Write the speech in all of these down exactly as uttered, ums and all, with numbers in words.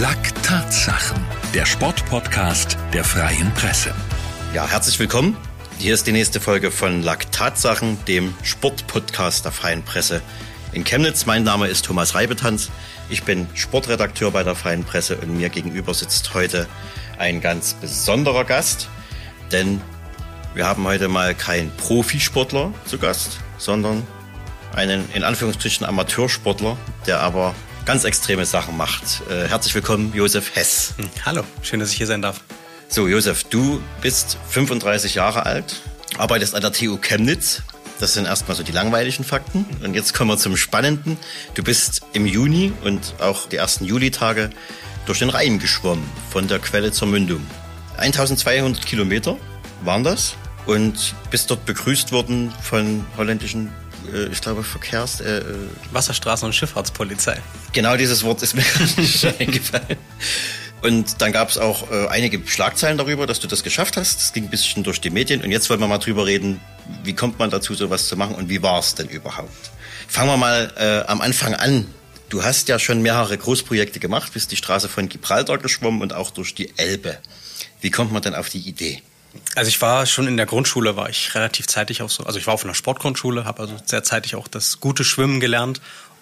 Lack Tatsachen, der Sportpodcast der Freien Presse. Ja, herzlich willkommen. Hier ist die nächste Folge von Lack Tatsachen, dem Sportpodcast der Freien Presse in Chemnitz. Mein Name ist Thomas Reibetanz. Ich bin Sportredakteur bei der Freien Presse und mir gegenüber sitzt heute ein ganz besonderer Gast, denn wir haben heute mal keinen Profisportler zu Gast, sondern einen in Anführungsstrichen Amateursportler, der aber ganz extreme Sachen macht. Äh, herzlich willkommen, Josef Hess. Hallo, schön, dass ich hier sein darf. So, Josef, du bist fünfunddreißig Jahre alt, arbeitest an der T U Chemnitz. Das sind erstmal so die langweiligen Fakten. Und jetzt kommen wir zum Spannenden. Du bist im Juni und auch die ersten Julitage durch den Rhein geschwommen, von der Quelle zur Mündung. eintausendzweihundert Kilometer waren das und bist dort begrüßt worden von holländischen ich glaube, Verkehrs... Äh, Wasserstraßen- und Schifffahrtspolizei. Genau dieses Wort ist mir gar nicht eingefallen. Und dann gab es auch äh, einige Schlagzeilen darüber, dass du das geschafft hast. Das ging ein bisschen durch die Medien. Und jetzt wollen wir mal drüber reden, wie kommt man dazu, sowas zu machen und wie war es denn überhaupt? Fangen wir mal äh, am Anfang an. Du hast ja schon mehrere Großprojekte gemacht, bist die Straße von Gibraltar geschwommen und auch durch die Elbe. Wie kommt man denn auf die Idee? Also ich war schon in der Grundschule, war ich relativ zeitig auf so, also ich war auf einer Sportgrundschule, habe also sehr zeitig auch das gute Schwimmen gelernt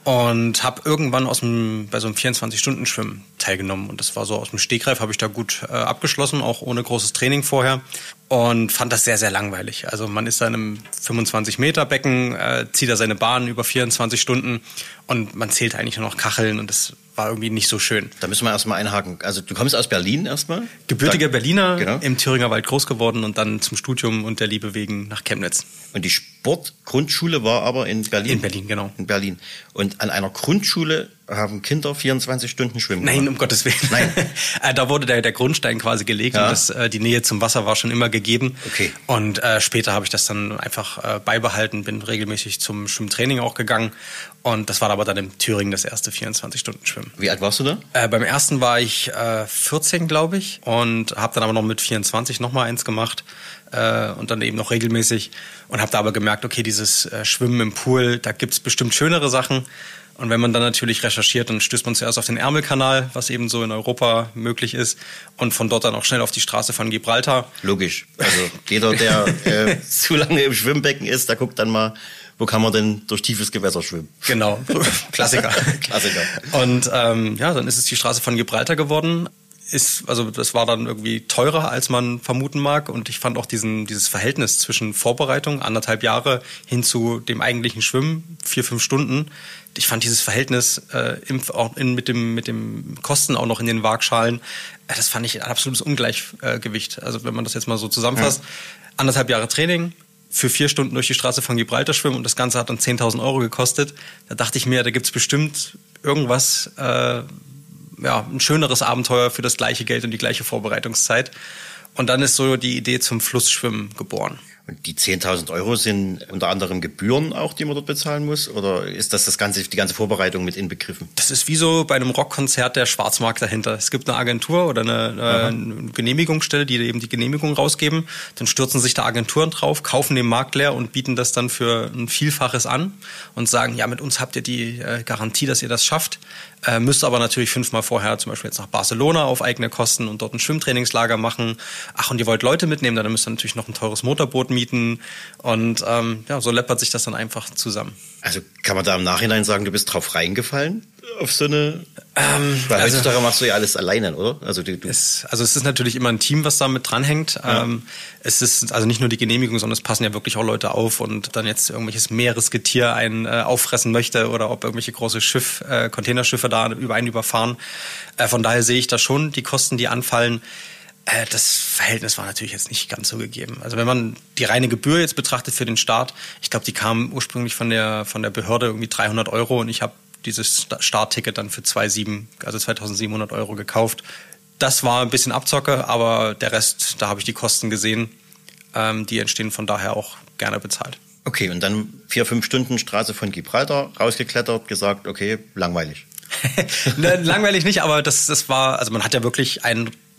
und habe irgendwann aus dem, bei so einem vierundzwanzig-Stunden-Schwimmen teilgenommen. Und das war so aus dem Stegreif, habe ich da gut äh, abgeschlossen, auch ohne großes Training vorher. Und fand das sehr, sehr langweilig. Also man ist da in einem fünfundzwanzig-Meter-Becken, äh, zieht da seine Bahn über vierundzwanzig Stunden und man zählt eigentlich nur noch Kacheln und das war irgendwie nicht so schön. Da müssen wir erstmal einhaken. Also du kommst aus Berlin erstmal? Gebürtiger da, Berliner, genau. Im Thüringer Wald groß geworden und dann zum Studium und der Liebe wegen nach Chemnitz. Und die Sportgrundschule war aber in Berlin? In Berlin, genau. In Berlin. Und an einer Grundschule haben Kinder vierundzwanzig Stunden schwimmen Nein, gemacht? um Gottes Willen. Nein. Da wurde der, der Grundstein quasi gelegt ja. und das, äh, die Nähe zum Wasser war schon immer gegeben. Okay. Und äh, später habe ich das dann einfach äh, beibehalten, bin regelmäßig zum Schwimmtraining auch gegangen. Und das war aber dann in Thüringen das erste vierundzwanzig-Stunden-Schwimmen. Wie alt warst du da? Äh, beim ersten war ich äh, vierzehn, glaube ich. Und habe dann aber noch mit vierundzwanzig nochmal eins gemacht. Äh, und dann eben noch regelmäßig. Und habe da aber gemerkt, okay, dieses äh, Schwimmen im Pool, da gibt's bestimmt schönere Sachen. Und wenn man dann natürlich recherchiert, dann stößt man zuerst auf den Ärmelkanal, was eben so in Europa möglich ist. Und von dort dann auch schnell auf die Straße von Gibraltar. Logisch. Also jeder, der äh, zu lange im Schwimmbecken ist, der guckt dann mal, wo kann man denn durch tiefes Gewässer schwimmen? Genau, Klassiker. Klassiker. Und ähm, ja, dann ist es die Straße von Gibraltar geworden. Ist, also das war dann irgendwie teurer, als man vermuten mag. Und ich fand auch diesen, dieses Verhältnis zwischen Vorbereitung, anderthalb Jahre, hin zu dem eigentlichen Schwimmen, vier, fünf Stunden. Ich fand dieses Verhältnis äh, im, auch in, mit dem mit dem Kosten auch noch in den Waagschalen, äh, das fand ich ein absolutes Ungleichgewicht. Äh, also wenn man das jetzt mal so zusammenfasst, ja. Anderthalb Jahre Training, für vier Stunden durch die Straße von Gibraltar schwimmen und das Ganze hat dann zehntausend Euro gekostet. Da dachte ich mir, da gibt's bestimmt irgendwas, äh, ja, ein schöneres Abenteuer für das gleiche Geld und die gleiche Vorbereitungszeit. Und dann ist so die Idee zum Flussschwimmen geboren. Und die zehntausend Euro sind unter anderem Gebühren auch, die man dort bezahlen muss? Oder ist das, das ganze, die ganze Vorbereitung mit inbegriffen? Das ist wie so bei einem Rockkonzert der Schwarzmarkt dahinter. Es gibt eine Agentur oder eine, eine Genehmigungsstelle, die eben die Genehmigung rausgeben. Dann stürzen sich da Agenturen drauf, kaufen den Markt leer und bieten das dann für ein Vielfaches an und sagen, ja, mit uns habt ihr die äh, Garantie, dass ihr das schafft. Äh, müsst aber natürlich fünfmal vorher zum Beispiel jetzt nach Barcelona auf eigene Kosten und dort ein Schwimmtrainingslager machen. Ach, und ihr wollt Leute mitnehmen, dann müsst ihr natürlich noch ein teures Motorboot mieten. Und ähm, ja, so läppert sich das dann einfach zusammen. Also kann man da im Nachhinein sagen, du bist drauf reingefallen auf so eine... Ähm, Weil also, heutzutage machst du ja alles alleine, oder? Also, du, du es, also es ist natürlich immer ein Team, was da mit dranhängt. Ja. Ähm, es ist also nicht nur die Genehmigung, sondern es passen ja wirklich auch Leute auf und dann jetzt irgendwelches Meeresgetier einen äh, auffressen möchte oder ob irgendwelche große Schiff, äh, Containerschiffe da über einen überfahren. Äh, von daher sehe ich da schon die Kosten, die anfallen. Äh, das Verhältnis war natürlich jetzt nicht ganz so gegeben. Also wenn man die reine Gebühr jetzt betrachtet für den Start, ich glaube, die kam ursprünglich von der von der Behörde irgendwie dreihundert Euro und ich habe dieses Startticket dann für zweitausendsieben, also zweitausendsiebenhundert Euro gekauft. Das war ein bisschen Abzocke, aber der Rest, da habe ich die Kosten gesehen. Ähm, die entstehen von daher auch gerne bezahlt. Okay, und dann vier, fünf Stunden Straße von Gibraltar rausgeklettert, gesagt, okay, langweilig. Ne, langweilig nicht, aber das, das war, also man hat ja wirklich einen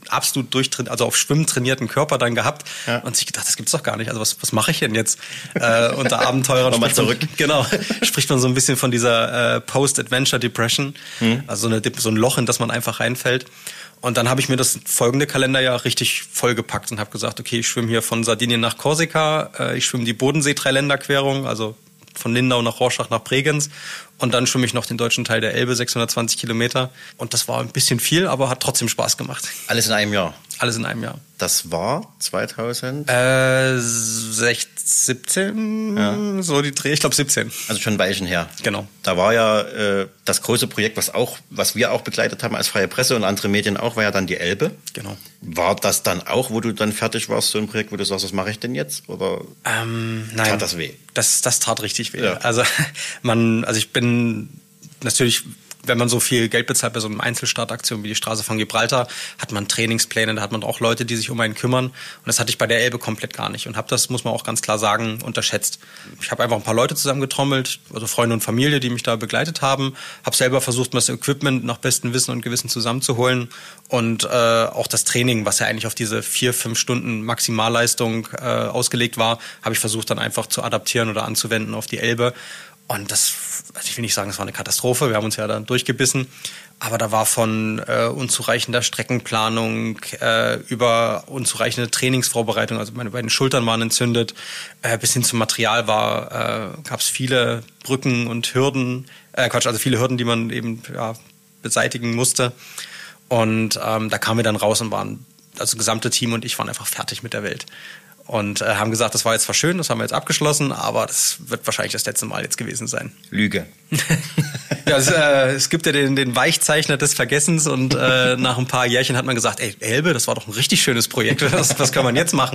absolut durchtrainiert, also auf Schwimmen trainierten Körper dann gehabt ja. und sich gedacht, das gibt's doch gar nicht. Also was, was mache ich denn jetzt? Äh, unter Abenteurern Nochmal zurück. Man, genau, spricht man so ein bisschen von dieser äh, Post-Adventure-Depression, hm. also eine, so ein Loch, in das man einfach reinfällt. Und dann habe ich mir das folgende Kalenderjahr richtig vollgepackt und habe gesagt, okay, ich schwimme hier von Sardinien nach Korsika, äh, ich schwimme die Bodensee-Dreiländerquerung, also von Lindau nach Rorschach nach Bregenz und dann schwimme ich noch den deutschen Teil der Elbe, sechshundertzwanzig Kilometer. Und das war ein bisschen viel, aber hat trotzdem Spaß gemacht. Alles in einem Jahr? Alles in einem Jahr. Das war zweitausend? Äh, sechzehn, siebzehn, ja. so die Dreh, ich glaube siebzehn. Also schon ein Weilchen her. Genau. Da war ja äh, das große Projekt, was auch, was wir auch begleitet haben als Freie Presse und andere Medien auch, war ja dann die Elbe. Genau. War das dann auch, wo du dann fertig warst, so ein Projekt, wo du sagst, was mache ich denn jetzt? Oder ähm, nein. tat das weh? Das, das tat richtig weh. Ja. Also man, also ich bin natürlich, wenn man so viel Geld bezahlt bei so einer Einzelstartaktion wie die Straße von Gibraltar, hat man Trainingspläne, da hat man auch Leute, die sich um einen kümmern. Und das hatte ich bei der Elbe komplett gar nicht. Und habe das, muss man auch ganz klar sagen, unterschätzt. Ich habe einfach ein paar Leute zusammengetrommelt, also Freunde und Familie, die mich da begleitet haben. Habe selber versucht, das Equipment nach bestem Wissen und Gewissen zusammenzuholen. Und äh, auch das Training, was ja eigentlich auf diese vier, fünf Stunden Maximalleistung äh, ausgelegt war, habe ich versucht dann einfach zu adaptieren oder anzuwenden auf die Elbe. Und das, also ich will nicht sagen, das war eine Katastrophe, wir haben uns ja dann durchgebissen, aber da war von äh, unzureichender Streckenplanung äh, über unzureichende Trainingsvorbereitung, also meine beiden Schultern waren entzündet, äh, bis hin zum Material war, äh, gab es viele Brücken und Hürden, äh, Quatsch, also viele Hürden, die man eben ja, beseitigen musste. Und ähm, da kamen wir dann raus und waren, also das gesamte Team und ich waren einfach fertig mit der Welt. Und äh, haben gesagt, das war jetzt zwar schön, das haben wir jetzt abgeschlossen, aber das wird wahrscheinlich das letzte Mal jetzt gewesen sein. Lüge. ja, es, äh, es gibt ja den, den Weichzeichner des Vergessens und äh, nach ein paar Jährchen hat man gesagt, ey, Elbe, das war doch ein richtig schönes Projekt, was, was kann man jetzt machen?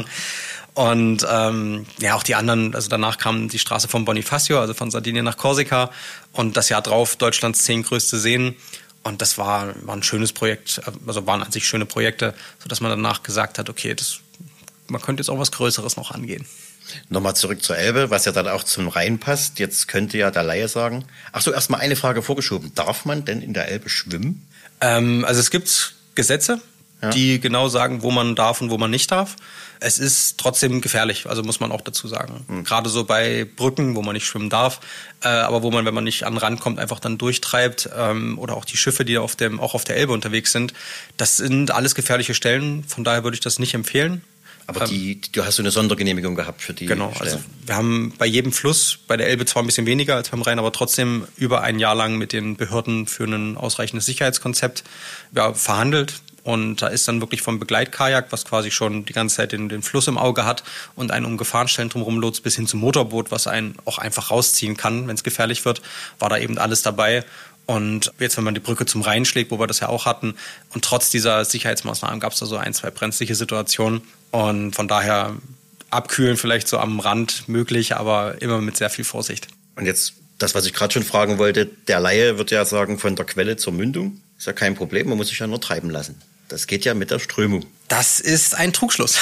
Und ähm, ja, auch die anderen, also danach kam die Straße von Bonifacio, also von Sardinien nach Korsika und das Jahr drauf Deutschlands zehn größte Seen. Und das war, war ein schönes Projekt, also waren an sich schöne Projekte, sodass man danach gesagt hat, okay, das man könnte jetzt auch was Größeres noch angehen. Nochmal zurück zur Elbe, was ja dann auch zum Rhein passt. Jetzt könnte ja der Laie sagen, ach so, erstmal eine Frage vorgeschoben. Darf man denn in der Elbe schwimmen? Ähm, also es gibt Gesetze, ja. die genau sagen, wo man darf und wo man nicht darf. Es ist trotzdem gefährlich, also muss man auch dazu sagen. Mhm. Gerade so bei Brücken, wo man nicht schwimmen darf, äh, aber wo man, wenn man nicht an den Rand kommt, einfach dann durchtreibt ähm, oder auch die Schiffe, die auf dem, auch auf der Elbe unterwegs sind. Das sind alles gefährliche Stellen, von daher würde ich das nicht empfehlen. Aber die, die, du hast so eine Sondergenehmigung gehabt für die Genau, Stellen. also wir haben bei jedem Fluss, bei der Elbe zwar ein bisschen weniger als beim Rhein, aber trotzdem über ein Jahr lang mit den Behörden für ein ausreichendes Sicherheitskonzept ja, verhandelt. Und da ist dann wirklich vom Begleitkajak, was quasi schon die ganze Zeit den, den Fluss im Auge hat und einen um Gefahrenstellen drumherum lotst, bis hin zum Motorboot, was einen auch einfach rausziehen kann, wenn es gefährlich wird, war da eben alles dabei. Und jetzt, wenn man die Brücke zum Rhein schlägt, wo wir das ja auch hatten, und trotz dieser Sicherheitsmaßnahmen gab es da so ein, zwei brenzliche Situationen. Und von daher abkühlen vielleicht so am Rand möglich, aber immer mit sehr viel Vorsicht. Und jetzt das, was ich gerade schon fragen wollte, der Laie wird ja sagen, von der Quelle zur Mündung ist ja kein Problem, man muss sich ja nur treiben lassen. Das geht ja mit der Strömung. Das ist ein Trugschluss.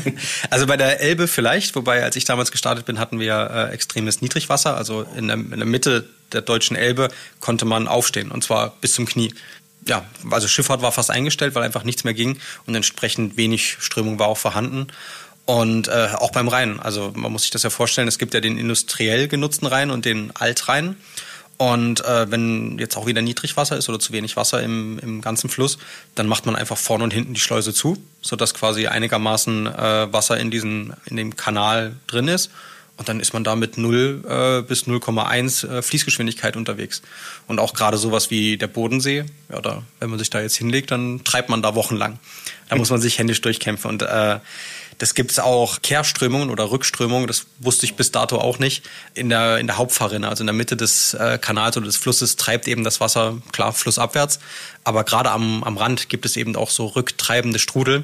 Also bei der Elbe vielleicht, wobei als ich damals gestartet bin, hatten wir äh, extremes Niedrigwasser. Also in der, in der Mitte der deutschen Elbe konnte man aufstehen und zwar bis zum Knie. Ja, also Schifffahrt war fast eingestellt, weil einfach nichts mehr ging und entsprechend wenig Strömung war auch vorhanden. Und äh, auch beim Rhein, also man muss sich das ja vorstellen, es gibt ja den industriell genutzten Rhein und den Altrhein. Und äh, wenn jetzt auch wieder Niedrigwasser ist oder zu wenig Wasser im, im ganzen Fluss, dann macht man einfach vorne und hinten die Schleuse zu, sodass quasi einigermaßen äh, Wasser in, diesen, in dem Kanal drin ist. Und dann ist man da mit null äh, bis null Komma eins äh, Fließgeschwindigkeit unterwegs. Und auch gerade sowas wie der Bodensee, ja, da, wenn man sich da jetzt hinlegt, dann treibt man da wochenlang. Da muss man sich händisch durchkämpfen. Und äh, das gibt's auch Kehrströmungen oder Rückströmungen, das wusste ich bis dato auch nicht. In der, in der Hauptfahrrinne, also in der Mitte des äh, Kanals oder des Flusses, treibt eben das Wasser, klar, flussabwärts. Aber gerade am, am Rand gibt es eben auch so rücktreibende Strudel.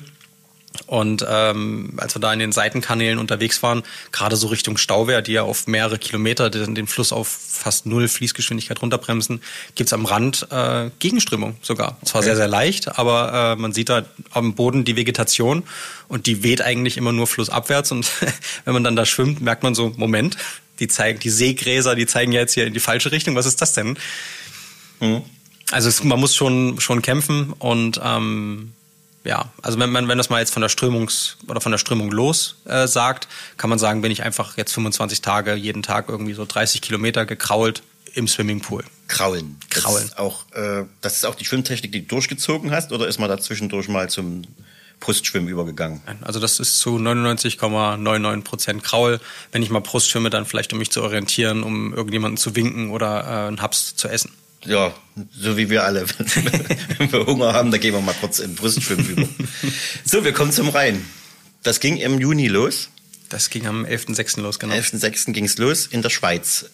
Und ähm, als wir da in den Seitenkanälen unterwegs waren, gerade so Richtung Stauwehr, die ja auf mehrere Kilometer den, den Fluss auf fast null Fließgeschwindigkeit runterbremsen, gibt's am Rand äh, Gegenströmung sogar. Zwar okay. sehr, sehr leicht, aber äh, man sieht da am Boden die Vegetation und die weht eigentlich immer nur flussabwärts. Und wenn man dann da schwimmt, merkt man so, Moment, die zeigen, die Seegräser, die zeigen ja jetzt hier in die falsche Richtung. Was ist das denn? Mhm. Also es, man muss schon, schon kämpfen und ähm, ja, also wenn man, wenn das mal jetzt von der Strömungs- oder von der Strömung los äh, sagt, kann man sagen, bin ich einfach jetzt fünfundzwanzig Tage, jeden Tag irgendwie so dreißig Kilometer gekrault im Swimmingpool. Kraulen. Kraulen. Das ist auch, äh, das ist auch die Schwimmtechnik, die du durchgezogen hast, oder ist man da zwischendurch mal zum Brustschwimmen übergegangen? Also das ist zu neunundneunzig Komma neunundneunzig Prozent Kraul. Wenn ich mal Brust schwimme, dann vielleicht um mich zu orientieren, um irgendjemanden zu winken oder äh, einen Haps zu essen. Ja, so wie wir alle. Wenn wir Hunger haben, dann gehen wir mal kurz in Brustschwimmen über. So, wir kommen zum Rhein. Das ging im Juni los. Das ging am elften sechsten los, genau. Am elften sechsten ging es los in der Schweiz.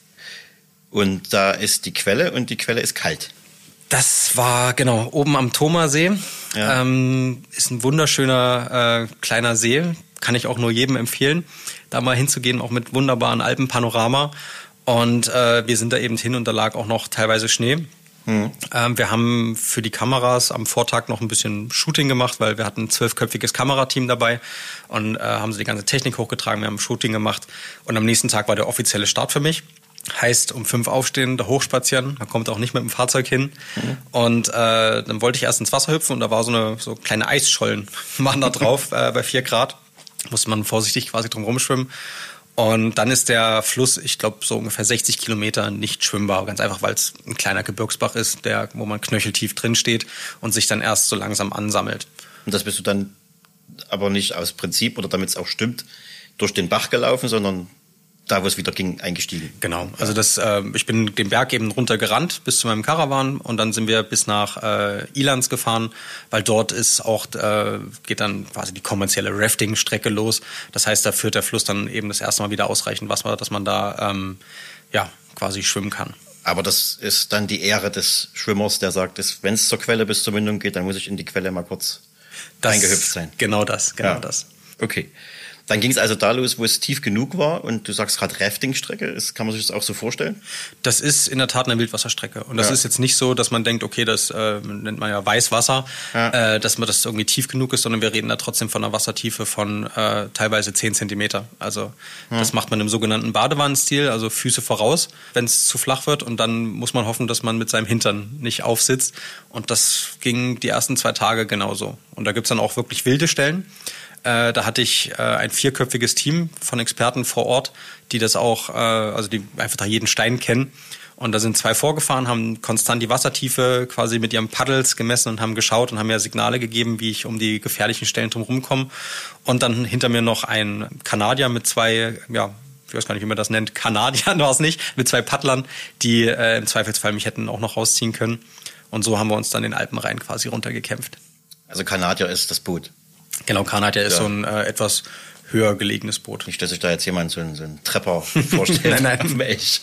Und da ist die Quelle und die Quelle ist kalt. Das war, genau, oben am Thomasee. Ja. Ähm, ist ein wunderschöner äh, kleiner See. Kann ich auch nur jedem empfehlen, da mal hinzugehen, auch mit wunderbaren Alpenpanorama. Und äh, wir sind da eben hin und da lag auch noch teilweise Schnee. Mhm. Ähm, wir haben für die Kameras am Vortag noch ein bisschen Shooting gemacht, weil wir hatten ein zwölfköpfiges Kamerateam dabei und äh, haben sie die ganze Technik hochgetragen, wir haben Shooting gemacht. Und am nächsten Tag war der offizielle Start für mich. Heißt, um fünf aufstehen, da hochspazieren. Man kommt auch nicht mit dem Fahrzeug hin. Mhm. Und äh, dann wollte ich erst ins Wasser hüpfen und da war so eine so kleine Eisschollen waren da drauf äh, bei vier Grad. Musste man vorsichtig quasi drum rumschwimmen. Und dann ist der Fluss, ich glaube, so ungefähr sechzig Kilometer nicht schwimmbar. Ganz einfach, weil es ein kleiner Gebirgsbach ist, der, wo man knöcheltief drin steht und sich dann erst so langsam ansammelt. Und das bist du dann aber nicht aus Prinzip oder damit es auch stimmt, durch den Bach gelaufen, sondern da, wo es wieder ging, eingestiegen. Genau. Also das, äh, ich bin den Berg eben runtergerannt bis zu meinem Karawan und dann sind wir bis nach äh, Ilanz gefahren, weil dort ist auch äh, geht dann quasi die kommerzielle Rafting-Strecke los. Das heißt, da führt der Fluss dann eben das erste Mal wieder ausreichend Wasser, dass man da ähm, ja quasi schwimmen kann. Aber das ist dann die Ehre des Schwimmers, der sagt, wenn es zur Quelle bis zur Mündung geht, dann muss ich in die Quelle mal kurz das, reingehüpft sein. Genau das, genau ja. das. Okay. Dann ging es also da los, wo es tief genug war und du sagst gerade Rafting-Strecke, kann man sich das auch so vorstellen? Das ist in der Tat eine Wildwasserstrecke und das ja. ist jetzt nicht so, dass man denkt, okay, das äh, nennt man ja Weißwasser, ja. äh, dass man das irgendwie tief genug ist, sondern wir reden da trotzdem von einer Wassertiefe von äh, teilweise zehn Zentimeter. Also ja. das macht man im sogenannten Badewannenstil, also Füße voraus, wenn es zu flach wird und dann muss man hoffen, dass man mit seinem Hintern nicht aufsitzt und das ging die ersten zwei Tage genauso. Und da gibt's dann auch wirklich wilde Stellen. Äh, da hatte ich äh, ein vierköpfiges Team von Experten vor Ort, die das auch, äh, also die einfach da jeden Stein kennen. Und da sind zwei vorgefahren, haben konstant die Wassertiefe quasi mit ihren Paddels gemessen und haben geschaut und haben mir Signale gegeben, wie ich um die gefährlichen Stellen drumherum komme. Und dann hinter mir noch ein Kanadier mit zwei, ja, ich weiß gar nicht, wie man das nennt, Kanadier war es nicht, mit zwei Paddlern, die äh, im Zweifelsfall mich hätten auch noch rausziehen können. Und so haben wir uns dann den Alpenrhein quasi runtergekämpft. Also Kanadier ist das Boot? Genau, Kanadier ist ja. so ein äh, etwas höher gelegenes Boot. Nicht, dass sich da jetzt jemand so einen, so einen Trepper vorstellt. nein, nein. Echt.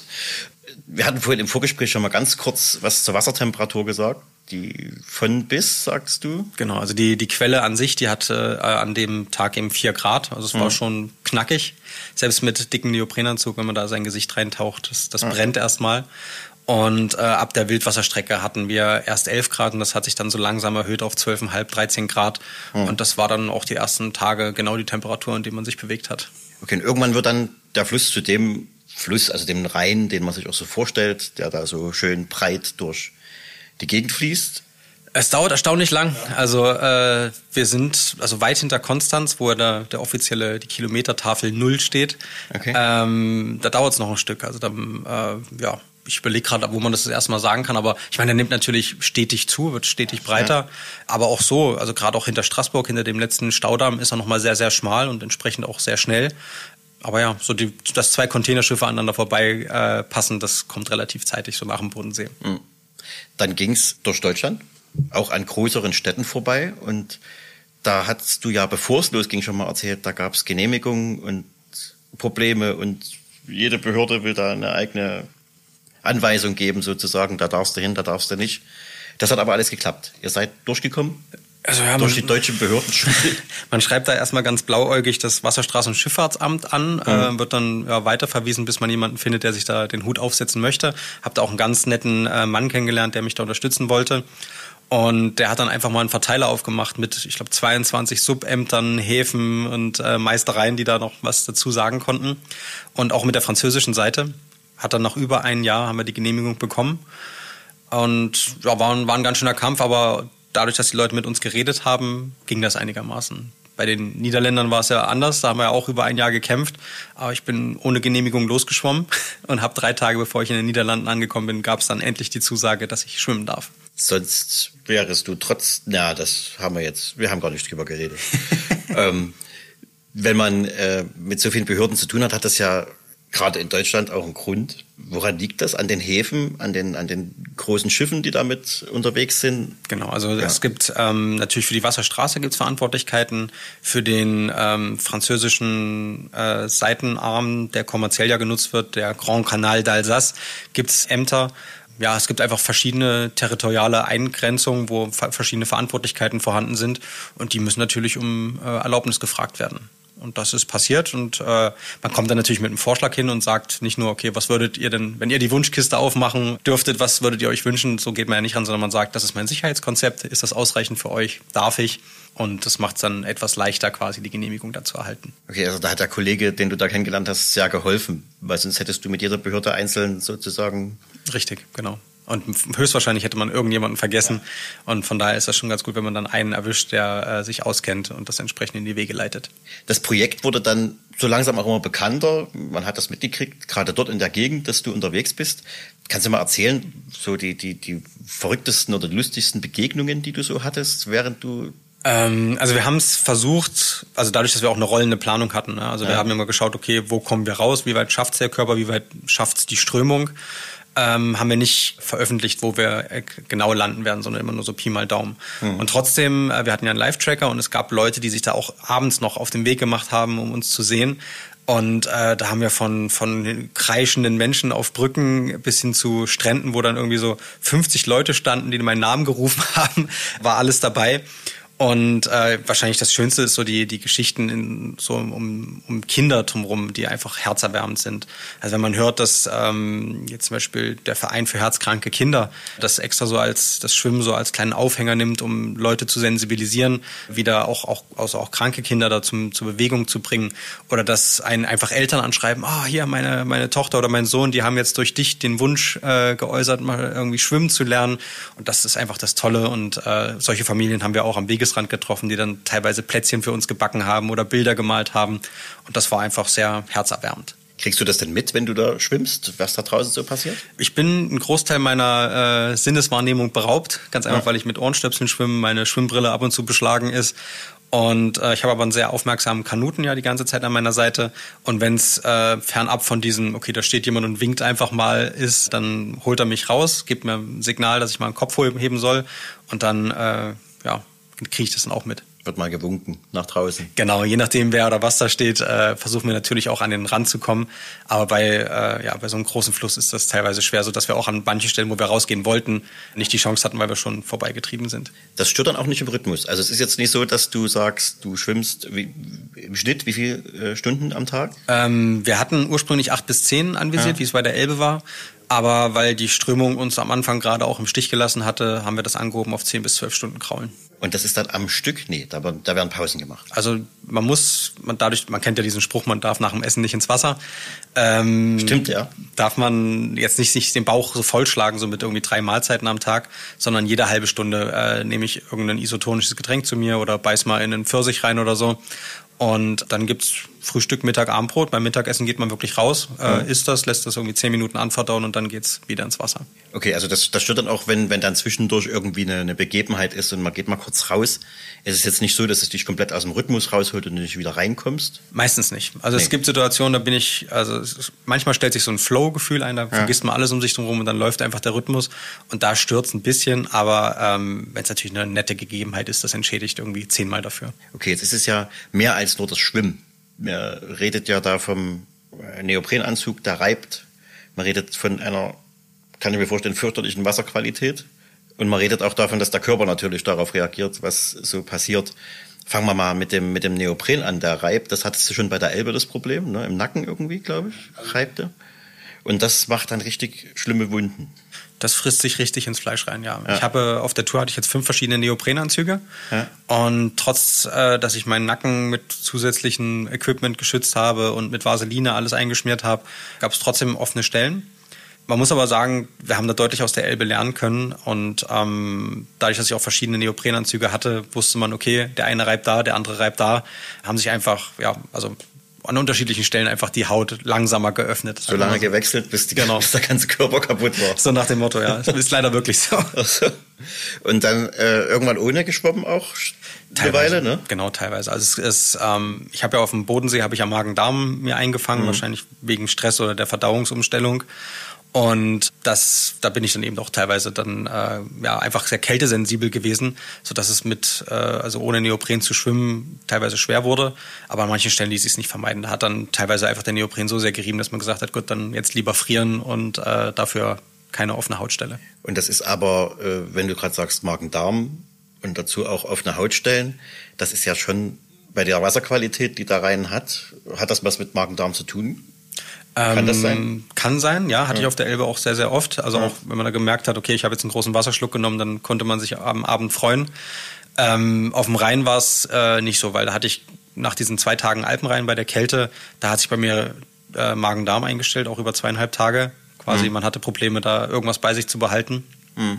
Wir hatten vorhin im Vorgespräch schon mal ganz kurz was zur Wassertemperatur gesagt. Die von bis, sagst du? Genau, also die, die Quelle an sich, die hatte äh, an dem Tag eben vier Grad. Also es war mhm. schon knackig. Selbst mit dicken Neoprenanzug, wenn man da sein Gesicht reintaucht, das, das mhm. brennt erstmal. Und äh, ab der Wildwasserstrecke hatten wir erst elf Grad und das hat sich dann so langsam erhöht auf zwölf Komma fünf, dreizehn Grad. Hm. Und das war dann auch die ersten Tage genau die Temperatur, in der man sich bewegt hat. Okay, und irgendwann wird dann der Fluss zu dem Fluss, also dem Rhein, den man sich auch so vorstellt, der da so schön breit durch die Gegend fließt. Es dauert erstaunlich lang. Also äh, wir sind also weit hinter Konstanz, wo der, der offizielle die Kilometertafel null steht. Okay. Ähm, da dauert es noch ein Stück. Also dann, äh, ja. Ich überlege gerade, wo man das das erste Mal sagen kann, aber ich meine, der nimmt natürlich stetig zu, wird stetig breiter, ja. aber auch so, also gerade auch hinter Straßburg, hinter dem letzten Staudamm ist er nochmal sehr, sehr schmal und entsprechend auch sehr schnell. Aber ja, so die, dass zwei Containerschiffe aneinander vorbei äh, passen, das kommt relativ zeitig, so nach dem Bodensee. Mhm. Dann ging's durch Deutschland, auch an größeren Städten vorbei und da hast du ja, bevor es losging, schon mal erzählt, da gab's Genehmigungen und Probleme und jede Behörde will da eine eigene Anweisung geben sozusagen, da darfst du hin, da darfst du nicht. Das hat aber alles geklappt. Ihr seid durchgekommen? Also ja, durch die deutschen Behörden. Man schreibt da erstmal ganz blauäugig das Wasserstraßen- und Schifffahrtsamt an, mhm. äh, wird dann ja, weiterverwiesen, bis man jemanden findet, der sich da den Hut aufsetzen möchte. Hab da auch einen ganz netten äh, Mann kennengelernt, der mich da unterstützen wollte. Und der hat dann einfach mal einen Verteiler aufgemacht mit, ich glaube, zweiundzwanzig Subämtern, Häfen und äh, Meistereien, die da noch was dazu sagen konnten. Und auch mit der französischen Seite. Hat dann nach über ein Jahr haben wir die Genehmigung bekommen. Und ja, war, ein, war ein ganz schöner Kampf, aber dadurch, dass die Leute mit uns geredet haben, ging das einigermaßen. Bei den Niederländern war es ja anders, da haben wir ja auch über ein Jahr gekämpft, aber ich bin ohne Genehmigung losgeschwommen und habe drei Tage, bevor ich in den Niederlanden angekommen bin, gab es dann endlich die Zusage, dass ich schwimmen darf. Sonst wärest du trotz, na, das haben wir jetzt, wir haben gar nicht drüber geredet. ähm, wenn man äh, mit so vielen Behörden zu tun hat, hat das ja gerade in Deutschland auch einen Grund. Woran liegt das? An den Häfen, an den, an den großen Schiffen, die damit unterwegs sind? Genau, also ja. es gibt ähm, natürlich für die Wasserstraße gibt's Verantwortlichkeiten, für den ähm, französischen äh, Seitenarm, der kommerziell ja genutzt wird, der Grand Canal d'Alsace, gibt's Ämter. Ja, es gibt einfach verschiedene territoriale Eingrenzungen, wo verschiedene Verantwortlichkeiten vorhanden sind und die müssen natürlich um äh, Erlaubnis gefragt werden. Und das ist passiert und äh, man kommt dann natürlich mit einem Vorschlag hin und sagt nicht nur, okay, was würdet ihr denn, wenn ihr die Wunschkiste aufmachen dürftet, was würdet ihr euch wünschen? So geht man ja nicht ran, sondern man sagt, das ist mein Sicherheitskonzept, ist das ausreichend für euch, darf ich? Und das macht es dann etwas leichter, quasi die Genehmigung dazu erhalten. Okay, also da hat der Kollege, den du da kennengelernt hast, sehr geholfen, weil sonst hättest du mit jeder Behörde einzeln sozusagen... Richtig, genau. Und höchstwahrscheinlich hätte man irgendjemanden vergessen. Ja. Und von daher ist das schon ganz gut, wenn man dann einen erwischt, der äh, sich auskennt und das entsprechend in die Wege leitet. Das Projekt wurde dann so langsam auch immer bekannter. Man hat das mitgekriegt, gerade dort in der Gegend, dass du unterwegs bist. Kannst du mal erzählen, so die, die, die verrücktesten oder lustigsten Begegnungen, die du so hattest, während du... Ähm, also wir haben es versucht, also dadurch, dass wir auch eine rollende Planung hatten. Ne? Also ja. wir haben immer geschaut, okay, wo kommen wir raus, wie weit schafft's der Körper, wie weit schafft's die Strömung. Ähm, haben wir nicht veröffentlicht, wo wir äh, genau landen werden, sondern immer nur so Pi mal Daumen. Mhm. Und trotzdem, äh, wir hatten ja einen Live-Tracker und es gab Leute, die sich da auch abends noch auf den Weg gemacht haben, um uns zu sehen. Und äh, da haben wir von von kreischenden Menschen auf Brücken bis hin zu Stränden, wo dann irgendwie so fünfzig Leute standen, die meinen Namen gerufen haben, war alles dabei. Und äh, wahrscheinlich das Schönste ist so die die Geschichten in, so um, um Kinder drumherum, die einfach herzerwärmend sind. Also wenn man hört, dass ähm, jetzt zum Beispiel der Verein für herzkranke Kinder das extra so als das Schwimmen so als kleinen Aufhänger nimmt, um Leute zu sensibilisieren, wieder auch auch also auch kranke Kinder da zum, zur Bewegung zu bringen, oder dass einen einfach Eltern anschreiben, ah oh, hier meine meine Tochter oder mein Sohn, die haben jetzt durch dich den Wunsch äh, geäußert, mal irgendwie schwimmen zu lernen. Und das ist einfach das Tolle. Und äh, solche Familien haben wir auch am Wegesrand getroffen, die dann teilweise Plätzchen für uns gebacken haben oder Bilder gemalt haben. Und das war einfach sehr herzerwärmend. Kriegst du das denn mit, wenn du da schwimmst, was da draußen so passiert? Ich bin einen Großteil meiner äh, Sinneswahrnehmung beraubt. Ganz einfach, ja. weil ich mit Ohrenstöpseln schwimme, meine Schwimmbrille ab und zu beschlagen ist. Und äh, ich habe aber einen sehr aufmerksamen Kanuten ja die ganze Zeit an meiner Seite. Und wenn es äh, fernab von diesem, okay, da steht jemand und winkt einfach mal ist, dann holt er mich raus, gibt mir ein Signal, dass ich mal einen Kopf heben soll. Und dann, äh, ja, kriege ich das dann auch mit. Wird mal gewunken nach draußen. Genau, je nachdem wer oder was da steht, äh, versuchen wir natürlich auch an den Rand zu kommen. Aber bei, äh, ja, bei so einem großen Fluss ist das teilweise schwer, so dass wir auch an manchen Stellen, wo wir rausgehen wollten, nicht die Chance hatten, weil wir schon vorbeigetrieben sind. Das stört dann auch nicht im Rhythmus. Also es ist jetzt nicht so, dass du sagst, du schwimmst wie, im Schnitt wie viele äh, Stunden am Tag? Ähm, wir hatten ursprünglich acht bis zehn anvisiert, ja. wie es bei der Elbe war. Aber weil die Strömung uns am Anfang gerade auch im Stich gelassen hatte, haben wir das angehoben auf zehn bis zwölf Stunden Kraulen. Und das ist dann am Stück? Nee, da, da werden Pausen gemacht. Also man muss, man dadurch, man kennt ja diesen Spruch, man darf nach dem Essen nicht ins Wasser. Ähm, Stimmt, ja. Darf man jetzt nicht sich den Bauch so vollschlagen, so mit irgendwie drei Mahlzeiten am Tag, sondern jede halbe Stunde äh, nehme ich irgendein isotonisches Getränk zu mir oder beiß mal in einen Pfirsich rein oder so. Und dann gibt's Frühstück, Mittag, Abendbrot. Beim Mittagessen geht man wirklich raus, äh, mhm. isst das, lässt das irgendwie zehn Minuten anverdauen und dann geht's wieder ins Wasser. Okay, also das, das stört dann auch, wenn, wenn dann zwischendurch irgendwie eine, eine Begebenheit ist und man geht mal kurz raus. Es ist jetzt nicht so, dass es dich komplett aus dem Rhythmus rausholt und du nicht wieder reinkommst? Meistens nicht. Also nee. Es gibt Situationen, da bin ich, also es, manchmal stellt sich so ein Flow-Gefühl ein, da ja. vergisst man alles um sich drum rum und dann läuft einfach der Rhythmus und da stürzt ein bisschen, aber ähm, wenn es natürlich eine nette Gegebenheit ist, das entschädigt irgendwie zehnmal dafür. Okay, jetzt ist es ja mehr als nur das Schwimmen. Man redet ja da vom Neoprenanzug, der reibt. Man redet von einer, kann ich mir vorstellen, fürchterlichen Wasserqualität. Und man redet auch davon, dass der Körper natürlich darauf reagiert, was so passiert. Fangen wir mal mit dem, mit dem Neopren an, der reibt. Das hattest du schon bei der Elbe das Problem, ne? Im Nacken irgendwie, glaube ich, reibte. Und das macht dann richtig schlimme Wunden. Das frisst sich richtig ins Fleisch rein, ja. ja. Ich habe auf der Tour hatte ich jetzt fünf verschiedene Neoprenanzüge. Ja. Und trotz, äh, dass ich meinen Nacken mit zusätzlichem Equipment geschützt habe und mit Vaseline alles eingeschmiert habe, gab es trotzdem offene Stellen. Man muss aber sagen, wir haben da deutlich aus der Elbe lernen können und ähm, dadurch, dass ich auch verschiedene Neoprenanzüge hatte, wusste man, okay, der eine reibt da, der andere reibt da, haben sich einfach, ja, also an unterschiedlichen Stellen einfach die Haut langsamer geöffnet. So lange gewechselt, bis, die, genau. bis der ganze Körper kaputt war. So nach dem Motto, ja. Das ist leider wirklich so. Und dann äh, irgendwann ohne geschwommen auch? Eine Weile, ne? Genau, teilweise. Also es ist, ähm, ich habe ja auf dem Bodensee habe ich ja Magen-Darm mir eingefangen, mhm. wahrscheinlich wegen Stress oder der Verdauungsumstellung. Und das, da bin ich dann eben auch teilweise dann äh, ja einfach sehr kältesensibel gewesen, so dass es mit äh, also ohne Neopren zu schwimmen teilweise schwer wurde. Aber an manchen Stellen ließ sich es nicht vermeiden. Da hat dann teilweise einfach der Neopren so sehr gerieben, dass man gesagt hat, gut, dann jetzt lieber frieren und äh, dafür keine offene Hautstelle. Und das ist aber, äh, wenn du gerade sagst Magen-Darm und dazu auch offene Hautstellen, das ist ja schon bei der Wasserqualität, die da rein hat, hat das was mit Magen-Darm zu tun? Kann das sein? Kann sein, ja. Hatte ja. ich auf der Elbe auch sehr, sehr oft. Also ja. auch, wenn man da gemerkt hat, okay, ich habe jetzt einen großen Wasserschluck genommen, dann konnte man sich am Abend freuen. Ähm, auf dem Rhein war es äh, nicht so, weil da hatte ich nach diesen zwei Tagen Alpenrhein bei der Kälte, da hat sich bei mir äh, Magen-Darm eingestellt, auch über zweieinhalb Tage. Quasi, mhm. man hatte Probleme, da irgendwas bei sich zu behalten. Mhm.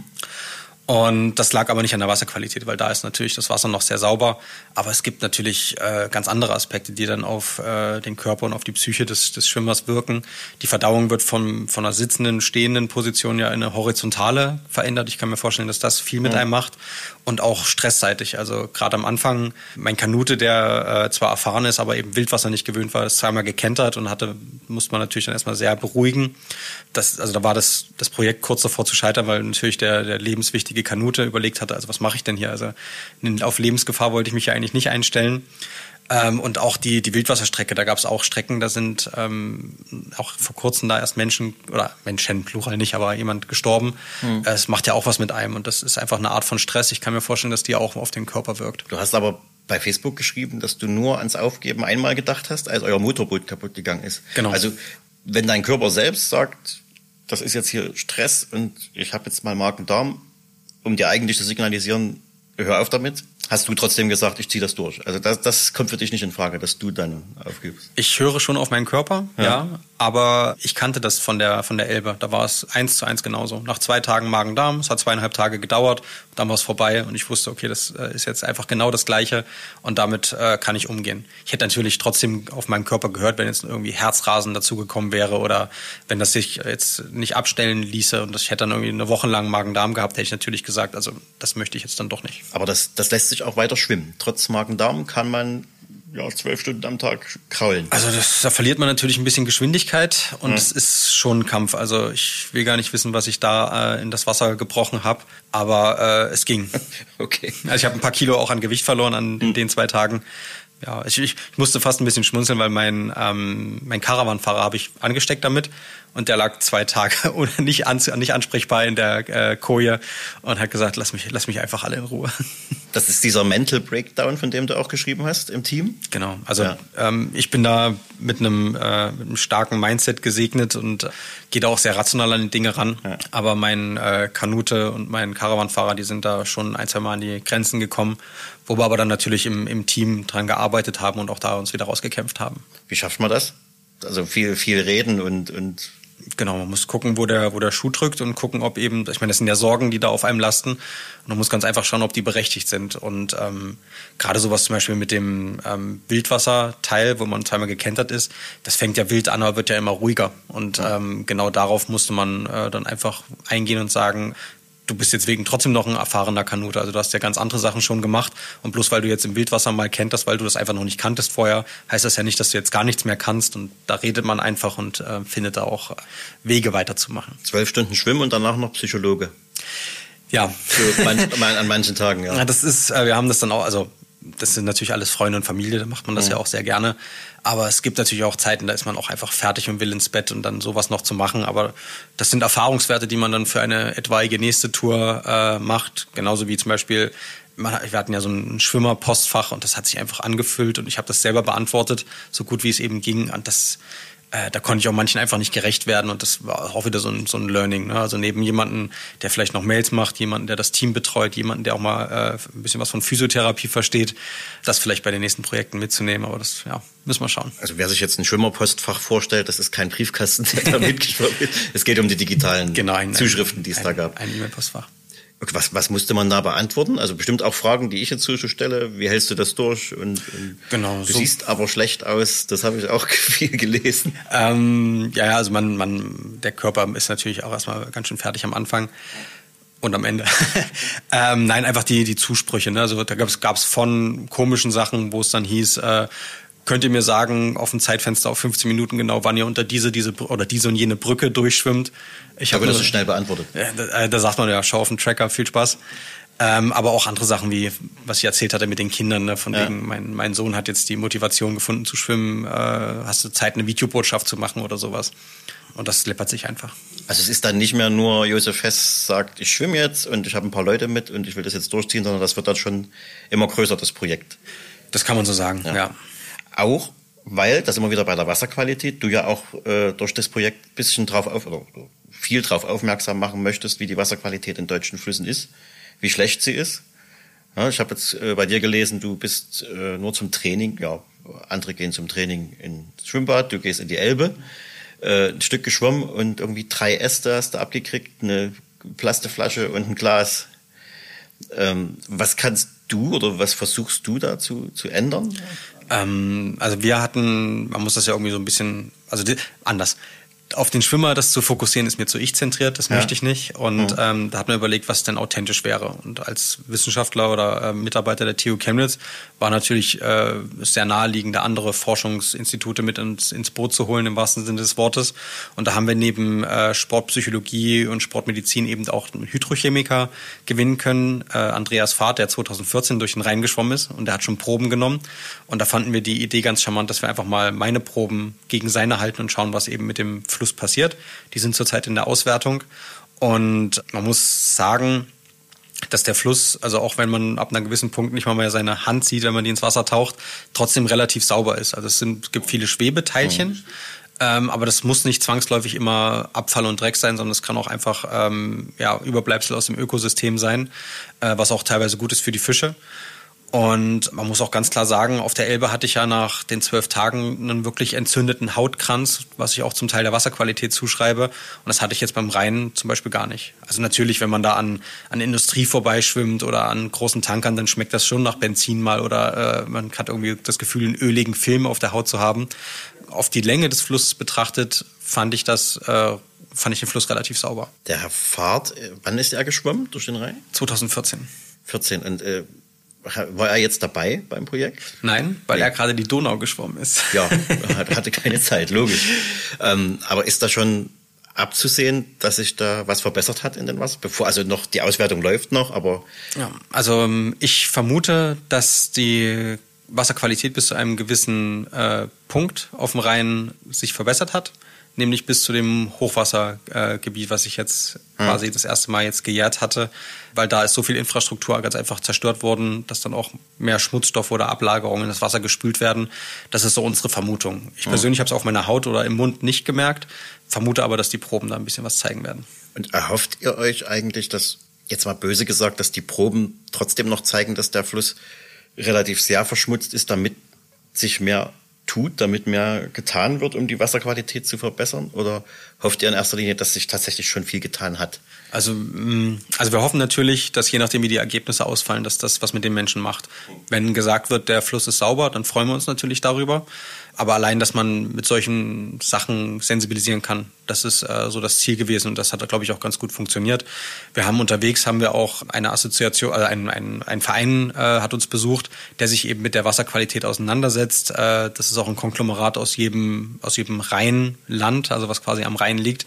Und das lag aber nicht an der Wasserqualität, weil da ist natürlich das Wasser noch sehr sauber. Aber es gibt natürlich äh, ganz andere Aspekte, die dann auf äh, den Körper und auf die Psyche des, des Schwimmers wirken. Die Verdauung wird von, von einer sitzenden, stehenden Position ja in eine horizontale verändert. Ich kann mir vorstellen, dass das viel mit ja. einem macht. Und auch stressseitig. Also gerade am Anfang, mein Kanute, der äh, zwar erfahren ist, aber eben Wildwasser nicht gewöhnt war, ist zweimal gekentert und hatte, musste man natürlich dann erstmal sehr beruhigen. Das, also da war das, das Projekt kurz davor zu scheitern, weil natürlich der, der lebenswichtige Kanute überlegt hatte, also was mache ich denn hier? Also auf Lebensgefahr wollte ich mich ja eigentlich nicht einstellen. Ähm, und auch die, die Wildwasserstrecke, da gab es auch Strecken, da sind ähm, auch vor kurzem da erst Menschen, oder Menschen, Plural nicht, aber jemand gestorben. Mhm. Es macht ja auch was mit einem und das ist einfach eine Art von Stress. Ich kann mir vorstellen, dass die auch auf den Körper wirkt. Du hast aber bei Facebook geschrieben, dass du nur ans Aufgeben einmal gedacht hast, als euer Motorboot kaputt gegangen ist. Genau. Also wenn dein Körper selbst sagt, das ist jetzt hier Stress und ich habe jetzt mal Magen-Darm, um dir eigentlich zu signalisieren, hör auf damit, hast du trotzdem gesagt, ich ziehe das durch. Also das, das kommt für dich nicht in Frage, dass du dann aufgibst. Ich höre schon auf meinen Körper, ja. ja, aber ich kannte das von der von der Elbe. Da war es eins zu eins genauso. Nach zwei Tagen Magen-Darm, es hat zweieinhalb Tage gedauert, dann war es vorbei und ich wusste, okay, das ist jetzt einfach genau das Gleiche und damit äh, kann ich umgehen. Ich hätte natürlich trotzdem auf meinen Körper gehört, wenn jetzt irgendwie Herzrasen dazugekommen wäre oder wenn das sich jetzt nicht abstellen ließe und ich hätte dann irgendwie eine Woche lang Magen-Darm gehabt, hätte ich natürlich gesagt, also das möchte ich jetzt dann doch nicht. Aber das, das lässt sich auch weiter schwimmen. Trotz Magen-Darm kann man ja zwölf Stunden am Tag kraulen. Also das, da verliert man natürlich ein bisschen Geschwindigkeit und es mhm. ist schon ein Kampf. Also ich will gar nicht wissen, was ich da äh, in das Wasser gebrochen habe, aber äh, es ging. Okay. Also ich habe ein paar Kilo auch an Gewicht verloren an mhm. den zwei Tagen. Ja, ich, ich musste fast ein bisschen schmunzeln, weil mein ähm, mein Caravanfahrer habe ich angesteckt damit und der lag zwei Tage nicht an, nicht ansprechbar in der äh, Koje und hat gesagt, lass mich lass mich einfach alle in Ruhe. Das ist dieser Mental Breakdown, von dem du auch geschrieben hast im Team? Genau, also ja. ähm, ich bin da mit einem, äh, mit einem starken Mindset gesegnet und äh, gehe da auch sehr rational an die Dinge ran. Ja. Aber mein äh, Kanute und mein Caravanfahrer, die sind da schon ein, zwei Mal an die Grenzen gekommen, wo wir aber dann natürlich im, im Team dran gearbeitet haben und auch da uns wieder rausgekämpft haben. Wie schafft man das? Also viel, viel reden und... und Genau, man muss gucken, wo der, wo der Schuh drückt und gucken, ob eben, ich meine, das sind ja Sorgen, die da auf einem lasten und man muss ganz einfach schauen, ob die berechtigt sind und ähm, gerade sowas zum Beispiel mit dem ähm, Wildwasserteil, wo man zweimal gekentert ist, das fängt ja wild an, aber wird ja immer ruhiger und ja. ähm, genau darauf musste man äh, dann einfach eingehen und sagen, du bist jetzt wegen trotzdem noch ein erfahrener Kanute. Also du hast ja ganz andere Sachen schon gemacht. Und bloß weil du jetzt im Wildwasser mal kenntest, weil du das einfach noch nicht kanntest vorher, heißt das ja nicht, dass du jetzt gar nichts mehr kannst. Und da redet man einfach und äh, findet da auch Wege weiterzumachen. Zwölf Stunden Schwimmen und danach noch Psychologe. Ja. Für manch, an manchen Tagen, ja. Ja, das ist, äh, wir haben das dann auch, also das sind natürlich alles Freunde und Familie, da macht man das mhm. ja auch sehr gerne. Aber es gibt natürlich auch Zeiten, da ist man auch einfach fertig und will ins Bett und dann sowas noch zu machen. Aber das sind Erfahrungswerte, die man dann für eine etwaige nächste Tour äh, macht. Genauso wie zum Beispiel, man, wir hatten ja so ein Schwimmer-Postfach und das hat sich einfach angefüllt und ich habe das selber beantwortet, so gut wie es eben ging. Und das Äh, da konnte ich auch manchen einfach nicht gerecht werden und das war auch wieder so ein, so ein Learning. Ne? Also neben jemanden, der vielleicht noch Mails macht, jemanden, der das Team betreut, jemanden, der auch mal äh, ein bisschen was von Physiotherapie versteht, das vielleicht bei den nächsten Projekten mitzunehmen. Aber das, ja, müssen wir schauen. Also wer sich jetzt ein Schwimmerpostfach vorstellt, das ist kein Briefkasten, der da mitgeschwommen wird. Es geht um die digitalen genau, ein, Zuschriften, die es ein, da gab. Ein E-Mail-Postfach. Okay, was, was musste man da beantworten? Also bestimmt auch Fragen, die ich jetzt so stelle. Wie hältst du das durch? Und, und genau, du so. siehst aber schlecht aus. Das habe ich auch viel gelesen. Ähm, ja, also man, man, der Körper ist natürlich auch erstmal ganz schön fertig am Anfang und am Ende. ähm, nein, einfach die, die Zusprüche. Ne? Also da gab es von komischen Sachen, wo es dann hieß, äh, könnt ihr mir sagen, auf ein Zeitfenster auf fünfzehn Minuten genau, wann ihr unter diese, diese oder diese und jene Brücke durchschwimmt. Ich habe das so schnell beantwortet. Äh, da, da sagt man ja, schau auf den Tracker, viel Spaß. Ähm, aber auch andere Sachen wie, was ich erzählt hatte mit den Kindern, ne, von ja. wegen, mein, mein Sohn hat jetzt die Motivation gefunden zu schwimmen, äh, hast du Zeit, eine Videobotschaft zu machen oder sowas. Und das läppert sich einfach. Also es ist dann nicht mehr nur Josef Hess sagt, ich schwimme jetzt und ich habe ein paar Leute mit und ich will das jetzt durchziehen, sondern das wird dann schon immer größer, das Projekt. Das kann man so sagen, ja. ja. Auch, weil, das immer wieder bei der Wasserqualität, du ja auch äh, durch das Projekt ein bisschen drauf auf, oder viel drauf aufmerksam machen möchtest, wie die Wasserqualität in deutschen Flüssen ist, wie schlecht sie ist. Ja, ich habe jetzt äh, bei dir gelesen, du bist äh, nur zum Training, ja, andere gehen zum Training ins Schwimmbad, du gehst in die Elbe, äh, ein Stück geschwommen und irgendwie drei Äste hast du abgekriegt, eine Plastikflasche und ein Glas. Ähm, was kannst du oder was versuchst du da zu, zu ändern? Ähm, also wir hatten, man muss das ja irgendwie so ein bisschen, also die, anders. Auf den Schwimmer das zu fokussieren, ist mir zu ich-zentriert, das ja. möchte ich nicht. Und mhm. ähm, da hat man überlegt, was denn authentisch wäre. Und als Wissenschaftler oder äh, Mitarbeiter der T U Chemnitz war natürlich äh, sehr naheliegend, andere Forschungsinstitute mit ins, ins Boot zu holen, im wahrsten Sinne des Wortes. Und da haben wir neben äh, Sportpsychologie und Sportmedizin eben auch einen Hydrochemiker gewinnen können. Äh, Andreas Fahrt, der zweitausendvierzehn durch den Rhein geschwommen ist und der hat schon Proben genommen. Und da fanden wir die Idee ganz charmant, dass wir einfach mal meine Proben gegen seine halten und schauen, was eben mit dem Fluss passiert. Die sind zurzeit in der Auswertung und man muss sagen, dass der Fluss, also auch wenn man ab einem gewissen Punkt nicht mal mehr seine Hand sieht, wenn man die ins Wasser taucht, trotzdem relativ sauber ist. Also es sind, es gibt viele Schwebeteilchen, mhm. ähm, aber das muss nicht zwangsläufig immer Abfall und Dreck sein, sondern es kann auch einfach ähm, ja, Überbleibsel aus dem Ökosystem sein, äh, was auch teilweise gut ist für die Fische. Und man muss auch ganz klar sagen, auf der Elbe hatte ich ja nach den zwölf Tagen einen wirklich entzündeten Hautkranz, was ich auch zum Teil der Wasserqualität zuschreibe. Und das hatte ich jetzt beim Rhein zum Beispiel gar nicht. Also natürlich, wenn man da an, an Industrie vorbeischwimmt oder an großen Tankern, dann schmeckt das schon nach Benzin mal oder äh, man hat irgendwie das Gefühl, einen öligen Film auf der Haut zu haben. Auf die Länge des Flusses betrachtet fand ich das, äh, fand ich den Fluss relativ sauber. Der Herr Fahrt, wann ist er geschwommen durch den Rhein? zweitausendvierzehn. vierzehn und äh war er jetzt dabei beim Projekt? Nein, weil nee. er gerade die Donau geschwommen ist. Ja, er hatte keine Zeit, logisch. Ähm, aber ist da schon abzusehen, dass sich da was verbessert hat in den Wasser? Bevor, also noch die Auswertung läuft noch, aber... Ja, also ich vermute, dass die Wasserqualität bis zu einem gewissen äh, Punkt auf dem Rhein sich verbessert hat. Nämlich bis zu dem Hochwassergebiet, äh, was ich jetzt quasi das erste Mal jetzt gejährt hatte, weil da ist so viel Infrastruktur ganz einfach zerstört worden, dass dann auch mehr Schmutzstoff oder Ablagerungen in das Wasser gespült werden. Das ist so unsere Vermutung. Ich persönlich habe es auf meiner Haut oder im Mund nicht gemerkt, vermute aber, dass die Proben da ein bisschen was zeigen werden. Und erhofft ihr euch eigentlich, dass, jetzt mal böse gesagt, dass die Proben trotzdem noch zeigen, dass der Fluss relativ sehr verschmutzt ist, damit sich mehr tut, damit mehr getan wird, um die Wasserqualität zu verbessern? Oder hofft ihr in erster Linie, dass sich tatsächlich schon viel getan hat? Also, also wir hoffen natürlich, dass je nachdem, wie die Ergebnisse ausfallen, dass das was mit den Menschen macht. Wenn gesagt wird, der Fluss ist sauber, dann freuen wir uns natürlich darüber. Aber allein, dass man mit solchen Sachen sensibilisieren kann, das ist äh, so das Ziel gewesen und das hat, glaube ich, auch ganz gut funktioniert. Wir haben unterwegs, haben wir auch eine Assoziation, also ein, ein, ein Verein äh, hat uns besucht, der sich eben mit der Wasserqualität auseinandersetzt. Äh, das ist auch ein Konglomerat aus jedem, aus jedem Rheinland, also was quasi am Rhein liegt.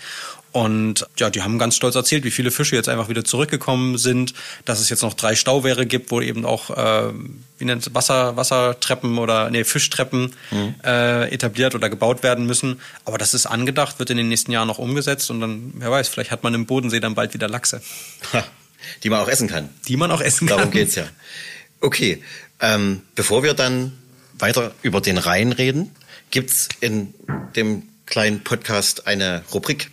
Und ja, die haben ganz stolz erzählt, wie viele Fische jetzt einfach wieder zurückgekommen sind, dass es jetzt noch drei Stauwehre gibt, wo eben auch äh, wie nennt es, Wasser, Wassertreppen oder nee, Fischtreppen mhm. äh, etabliert oder gebaut werden müssen. Aber das ist angedacht, wird in den nächsten Jahren noch umgesetzt und dann, wer weiß, vielleicht hat man im Bodensee dann bald wieder Lachse. Ha, die man auch essen kann. Die man auch essen kann. Darum geht's ja. Okay, ähm, bevor wir dann weiter über den Rhein reden, gibt's in dem kleinen Podcast eine Rubrik.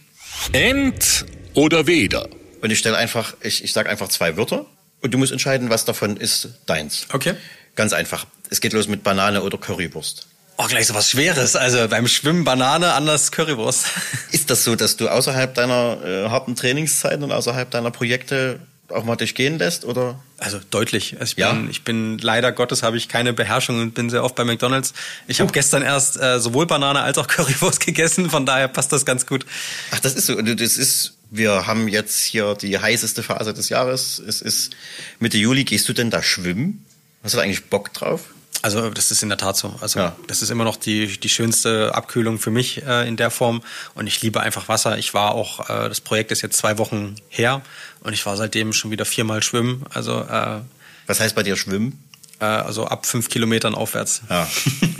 Ent oder Weder. Und ich stelle einfach, ich, ich sage einfach zwei Wörter und du musst entscheiden, was davon ist deins. Okay. Ganz einfach. Es geht los mit Banane oder Currywurst. Oh, gleich so was Schweres. Also beim Schwimmen Banane, anders Currywurst. Ist das so, dass du außerhalb deiner äh, harten Trainingszeiten und außerhalb deiner Projekte auch mal dich gehen lässt, oder? Also deutlich. Also ich, Ja? bin, ich bin leider Gottes habe ich keine Beherrschung und bin sehr oft bei McDonald's. Ich habe Uh. gestern erst äh, sowohl Banane als auch Currywurst gegessen, von daher passt das ganz gut. Ach, das ist so. Und das ist, wir haben jetzt hier die heißeste Phase des Jahres. Es ist Mitte Juli. Gehst du denn da schwimmen? Hast du da eigentlich Bock drauf? Also das ist in der Tat so. Also Ja. das ist immer noch die die schönste Abkühlung für mich äh, in der Form. Und ich liebe einfach Wasser. Ich war auch, äh, das Projekt ist jetzt zwei Wochen her und ich war seitdem schon wieder viermal schwimmen. Also äh, Was heißt bei dir schwimmen? äh, also ab fünf Kilometern aufwärts. Ja.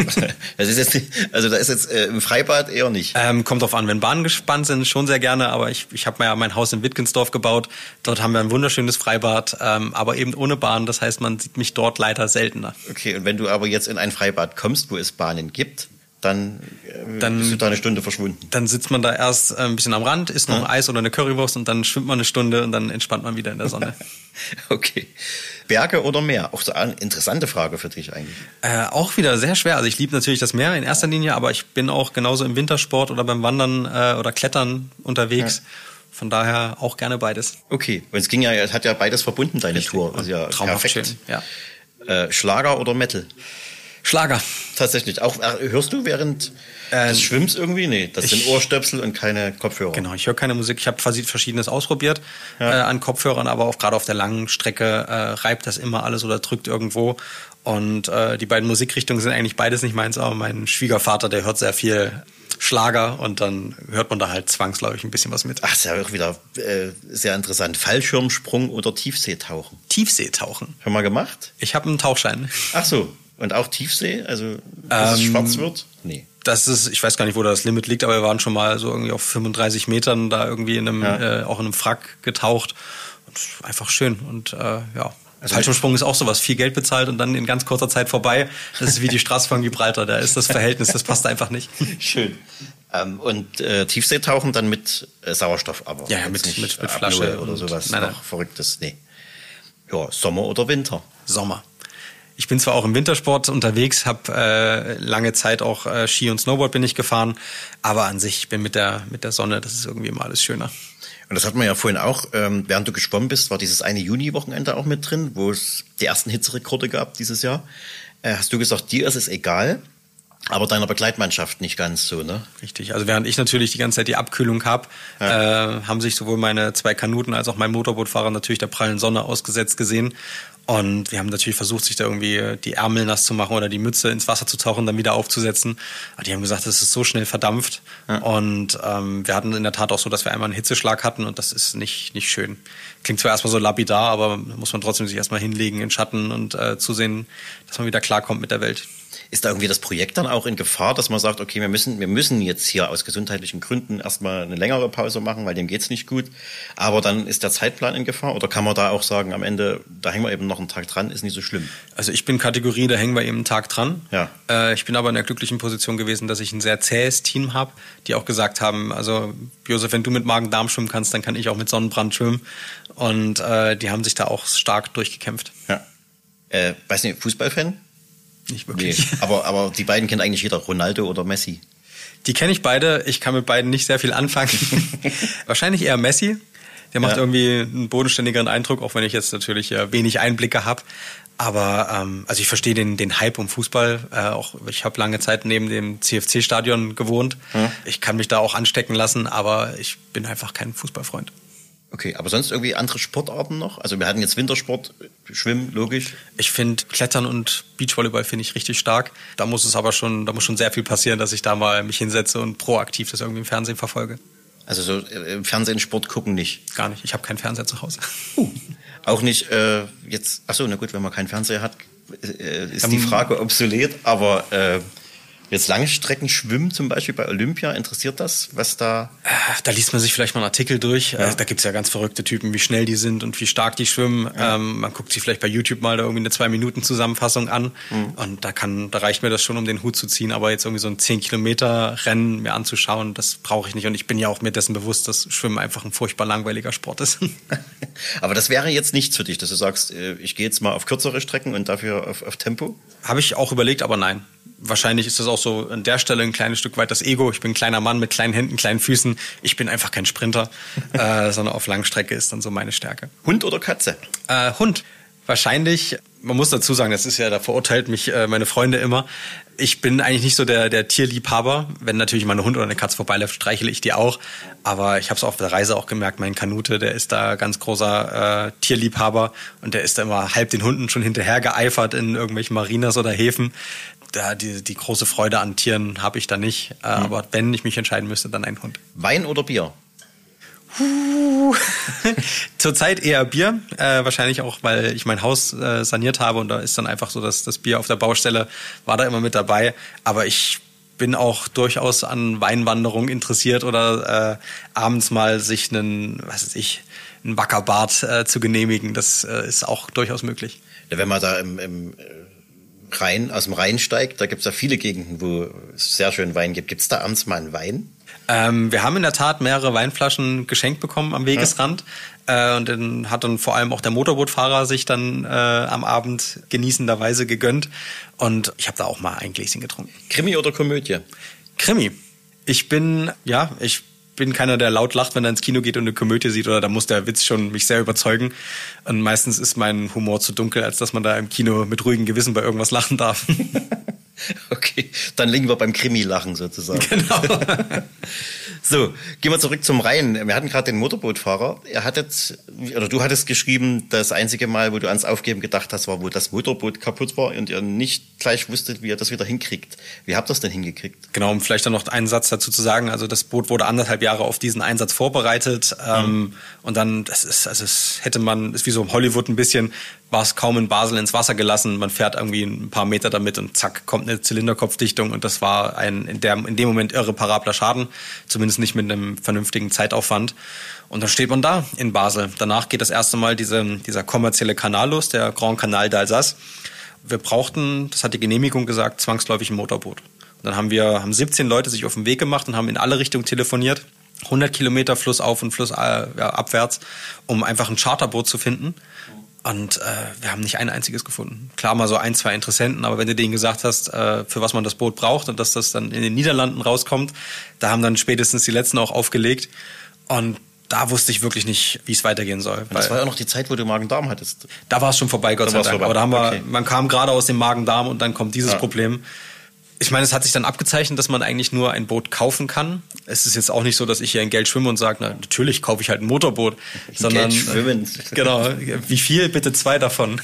Das ist jetzt nicht, also da ist jetzt äh, im Freibad eher nicht. Ähm, kommt drauf an, wenn Bahnen gespannt sind, schon sehr gerne, aber ich, ich habe mir ja mein Haus in Wittgensdorf gebaut. Dort haben wir ein wunderschönes Freibad, ähm, aber eben ohne Bahn. Das heißt, man sieht mich dort leider seltener. Okay, und wenn du aber jetzt in ein Freibad kommst, wo es Bahnen gibt, dann, äh, Dann- bist du da eine Stunde verschwunden. Dann sitzt man da erst äh, ein bisschen am Rand, isst noch ein Eis oder eine Currywurst und dann schwimmt man eine Stunde und dann entspannt man wieder in der Sonne. Okay. Berge oder Meer? Auch so eine interessante Frage für dich eigentlich. Äh, auch wieder sehr schwer. Also ich liebe natürlich das Meer in erster Linie, aber ich bin auch genauso im Wintersport oder beim Wandern äh, oder Klettern unterwegs. Ja. Von daher auch gerne beides. Okay. Und es ging ja, es hat ja beides verbunden, deine Tour. Also ja, Traumhaft perfekt. schön. Ja. Äh, Schlager oder Metal? Schlager. Tatsächlich. Auch äh, hörst du während Äh, des Schwimmens irgendwie? Nee, das ich- sind Ohrstöpsel und keine Kopfhörer. Genau, ich höre keine Musik. Ich habe Verschiedenes ausprobiert Ja. äh, an Kopfhörern, aber auch gerade auf der langen Strecke äh, reibt das immer alles oder drückt irgendwo. Und äh, die beiden Musikrichtungen sind eigentlich beides nicht meins, aber mein Schwiegervater, der hört sehr viel Schlager und dann hört man da halt zwangsläufig ein bisschen was mit. Ach, ist ja auch wieder äh, sehr interessant. Fallschirmsprung oder Tiefseetauchen? Tiefseetauchen. Schon mal gemacht? Ich habe einen Tauchschein. Ach so. Und auch Tiefsee? Also, dass es Ähm, schwarz wird? Nee. Das ist, ich weiß gar nicht, wo da das Limit liegt, aber wir waren schon mal so irgendwie auf fünfunddreißig Metern da irgendwie in einem, Ja. äh, auch in einem Frack getaucht. Und einfach schön. Und äh, ja, Fallschirmsprung ist auch sowas. Viel Geld bezahlt und dann in ganz kurzer Zeit vorbei. Das ist wie die Straße von Gibraltar. Da ist das Verhältnis, das passt einfach nicht. Schön. Ähm, und äh, Tiefseetauchen dann mit äh, Sauerstoff, aber Ja, ja, jetzt mit- nicht mit- mit Apnoe Flasche oder und- sowas. nein, nein. Noch Verrücktes. Nee. Ja, Sommer oder Winter? Sommer. Ich bin zwar auch im Wintersport unterwegs, habe äh, lange Zeit auch äh, Ski und Snowboard bin ich gefahren, aber an sich ich bin mit der mit der Sonne, das ist irgendwie immer alles schöner. Und das hatten wir ja vorhin auch, ähm, während du geschwommen bist, war dieses eine Juni-Wochenende auch mit drin, wo es die ersten Hitzerekorde gab dieses Jahr. Äh, hast du gesagt, dir ist es egal, aber deiner Begleitmannschaft nicht ganz so, ne? Richtig. Also während ich natürlich die ganze Zeit die Abkühlung habe, Ja. äh, haben sich sowohl meine zwei Kanuten als auch mein Motorbootfahrer natürlich der prallen Sonne ausgesetzt gesehen. Und wir haben natürlich versucht, sich da irgendwie die Ärmel nass zu machen oder die Mütze ins Wasser zu tauchen, dann wieder aufzusetzen. Aber die haben gesagt, es ist so schnell verdampft. Ja. Und ähm, wir hatten in der Tat auch so, dass wir einmal einen Hitzeschlag hatten und das ist nicht nicht schön. Klingt zwar erstmal so lapidar, aber muss man trotzdem sich erstmal hinlegen in Schatten und äh, zusehen, dass man wieder klarkommt mit der Welt. Ist da irgendwie das Projekt dann auch in Gefahr, dass man sagt, okay, wir müssen, wir müssen jetzt hier aus gesundheitlichen Gründen erstmal eine längere Pause machen, weil dem geht's nicht gut. Aber dann ist der Zeitplan in Gefahr? Oder kann man da auch sagen, am Ende, da hängen wir eben noch einen Tag dran, ist nicht so schlimm? Also ich bin Kategorie, da hängen wir eben einen Tag dran. Ja. Äh, ich bin aber in der glücklichen Position gewesen, dass ich ein sehr zähes Team habe, die auch gesagt haben, also Josef, wenn du mit Magen-Darm schwimmen kannst, dann kann ich auch mit Sonnenbrand schwimmen. Und äh, die haben sich da auch stark durchgekämpft. Ja. Äh, weiß nicht, Fußballfan? Nicht Nee, wirklich. aber, aber die beiden kennt eigentlich jeder, Ronaldo oder Messi. Die kenne ich beide. Ich kann mit beiden nicht sehr viel anfangen. Wahrscheinlich eher Messi. Der macht Ja. irgendwie einen bodenständigeren Eindruck, auch wenn ich jetzt natürlich äh, wenig Einblicke habe. Aber ähm, also ich verstehe den den Hype um Fußball. Äh, auch ich habe lange Zeit neben dem C F C-Stadion gewohnt. Hm. Ich kann mich da auch anstecken lassen, aber ich bin einfach kein Fußballfreund. Okay, aber sonst irgendwie andere Sportarten noch? Also wir hatten jetzt Wintersport, Schwimmen, logisch. Ich finde Klettern und Beachvolleyball finde ich richtig stark. Da muss es aber schon, da muss schon sehr viel passieren, dass ich da mal mich hinsetze und proaktiv das irgendwie im Fernsehen verfolge. Also so äh, im Fernsehen Sport gucken nicht. Gar nicht. Ich habe keinen Fernseher zu Hause. Auch nicht äh, jetzt, ach so, na gut, wenn man keinen Fernseher hat, äh, ist Ähm, die Frage obsolet, aber äh, Jetzt Langstreckenschwimmen zum Beispiel bei Olympia, interessiert das, was da... Da liest man sich vielleicht mal einen Artikel durch. Ja. Da gibt's ja ganz verrückte Typen, wie schnell die sind und wie stark die schwimmen. Ja. Ähm, man guckt sich vielleicht bei YouTube mal da irgendwie eine zwei-Minuten-Zusammenfassung an. Mhm. Und da kann, da reicht mir das schon, um den Hut zu ziehen. Aber jetzt irgendwie so ein zehn-Kilometer-Rennen mir anzuschauen, das brauche ich nicht. Und ich bin ja auch mir dessen bewusst, dass Schwimmen einfach ein furchtbar langweiliger Sport ist. Aber das wäre jetzt nichts für dich, dass du sagst, ich gehe jetzt mal auf kürzere Strecken und dafür auf, auf Tempo? Habe ich auch überlegt, aber nein. Wahrscheinlich ist das auch so an der Stelle ein kleines Stück weit das Ego. Ich bin ein kleiner Mann mit kleinen Händen, kleinen Füßen. Ich bin einfach kein Sprinter, äh, sondern auf Langstrecke ist dann so meine Stärke. Hund oder Katze? Äh, Hund. Wahrscheinlich, man muss dazu sagen, das ist ja, da verurteilt mich äh, meine Freunde immer. Ich bin eigentlich nicht so der, der Tierliebhaber. Wenn natürlich mal ein Hund oder eine Katze vorbeiläuft, streichle ich die auch. Aber ich habe es auf der Reise auch gemerkt, mein Kanute, der ist da ganz großer äh, Tierliebhaber. Und der ist da immer halb den Hunden schon hinterher geeifert in irgendwelchen Marinas oder Häfen. Da die, die große Freude an Tieren habe ich da nicht. Äh, mhm. Aber wenn ich mich entscheiden müsste, dann ein Hund. Wein oder Bier? Uh. Zurzeit eher Bier, äh, wahrscheinlich auch, weil ich mein Haus äh, saniert habe und da ist dann einfach so, dass das Bier auf der Baustelle war da immer mit dabei. Aber ich bin auch durchaus an Weinwanderung interessiert oder äh, abends mal sich einen, was weiß ich, einen Wackerbad äh, zu genehmigen. Das äh, ist auch durchaus möglich. Ja, wenn man da im, im Rhein, aus dem Rhein steigt, da gibt es ja viele Gegenden, wo es sehr schön Wein gibt. Gibt es da abends mal einen Wein? Ähm, wir haben in der Tat mehrere Weinflaschen geschenkt bekommen am Wegesrand. Ja. Äh, und dann hat dann vor allem auch der Motorbootfahrer sich dann äh, am Abend genießenderweise gegönnt. Und ich habe da auch mal ein Gläschen getrunken. Krimi oder Komödie? Krimi. Ich bin, ja, ich bin keiner, der laut lacht, wenn er ins Kino geht und eine Komödie sieht. Oder da muss der Witz schon mich sehr überzeugen. Und meistens ist mein Humor zu dunkel, als dass man da im Kino mit ruhigem Gewissen bei irgendwas lachen darf. Okay, dann liegen wir beim Krimi-Lachen sozusagen. Genau. So, gehen wir zurück zum Rhein. Wir hatten gerade den Motorbootfahrer. Er hattet, oder du hattest geschrieben, das einzige Mal, wo du ans Aufgeben gedacht hast, war, wo das Motorboot kaputt war und ihr nicht gleich wusstet, wie ihr das wieder hinkriegt. Wie habt ihr das denn hingekriegt? Genau, um vielleicht dann noch einen Satz dazu zu sagen. Also das Boot wurde anderthalb Jahre auf diesen Einsatz vorbereitet. Mhm. Ähm, und dann, das ist, also es hätte man, ist wie so im Hollywood ein bisschen, war es kaum in Basel ins Wasser gelassen. Man fährt irgendwie ein paar Meter damit und zack, kommt eine Zylinderkopfdichtung. Und das war ein in, der, in dem Moment irreparabler Schaden. Zumindest nicht mit einem vernünftigen Zeitaufwand. Und dann steht man da in Basel. Danach geht das erste Mal diese, dieser kommerzielle Kanal los, der Grand Canal d'Alsace. Wir brauchten, das hat die Genehmigung gesagt, zwangsläufig ein Motorboot. Und dann haben wir, haben siebzehn Leute sich auf den Weg gemacht und haben in alle Richtungen telefoniert. hundert Kilometer flussauf und flussabwärts, um einfach ein Charterboot zu finden. Und äh, wir haben nicht ein einziges gefunden. Klar, mal so ein, zwei Interessenten, aber wenn du denen gesagt hast, äh, für was man das Boot braucht und dass das dann in den Niederlanden rauskommt, da haben dann spätestens die Letzten auch aufgelegt. Und da wusste ich wirklich nicht, wie es weitergehen soll. Und das war ja auch noch die Zeit, wo du Magen-Darm hattest. Da war es schon vorbei, Gott sei Dank. Aber da haben wir, okay. Man kam gerade aus dem Magen-Darm und dann kommt dieses ja. Problem. Ich meine, es hat sich dann abgezeichnet, dass man eigentlich nur ein Boot kaufen kann. Es ist jetzt auch nicht so, dass ich hier in Geld schwimme und sage, na, natürlich kaufe ich halt ein Motorboot. Sondern, Geld schwimmen. Genau, wie viel? Bitte zwei davon.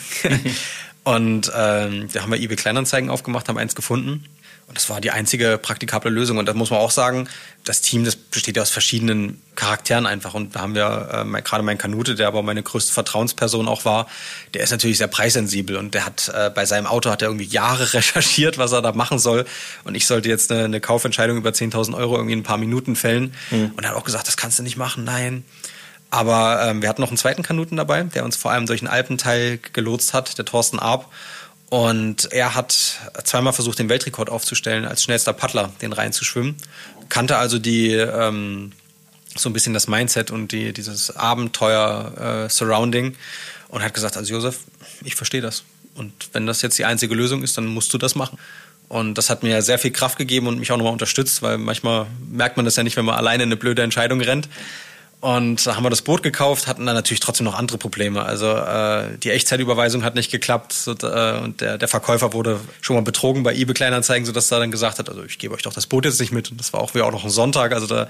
Und ähm, da haben wir eBay Kleinanzeigen aufgemacht, haben eins gefunden. Und das war die einzige praktikable Lösung. Und da muss man auch sagen, das Team, das besteht ja aus verschiedenen Charakteren einfach. Und da haben wir äh, gerade mein Kanute, der aber meine größte Vertrauensperson auch war, der ist natürlich sehr preissensibel. Und der hat äh, bei seinem Auto hat er irgendwie Jahre recherchiert, was er da machen soll. Und ich sollte jetzt eine, eine Kaufentscheidung über zehntausend Euro irgendwie in ein paar Minuten fällen. Mhm. Und er hat auch gesagt, das kannst du nicht machen, nein. Aber ähm, wir hatten noch einen zweiten Kanuten dabei, der uns vor allem durch den Alpenteil gelotst hat, der Thorsten Arp. Und er hat zweimal versucht, den Weltrekord aufzustellen, als schnellster Paddler den Rhein zu schwimmen. Kannte also die ähm, so ein bisschen das Mindset und die, dieses Abenteuer-Surrounding. Äh, und hat gesagt, also Josef, ich verstehe das. Und wenn das jetzt die einzige Lösung ist, dann musst du das machen. Und das hat mir sehr viel Kraft gegeben und mich auch nochmal unterstützt, weil manchmal merkt man das ja nicht, wenn man alleine eine blöde Entscheidung rennt. Und da haben wir das Boot gekauft, hatten dann natürlich trotzdem noch andere Probleme. Also äh, die Echtzeitüberweisung hat nicht geklappt so, äh, und der, der Verkäufer wurde schon mal betrogen bei eBay Kleinanzeigen, sodass er dann gesagt hat, also ich gebe euch doch das Boot jetzt nicht mit. Und das war auch wieder auch noch ein Sonntag. Also da,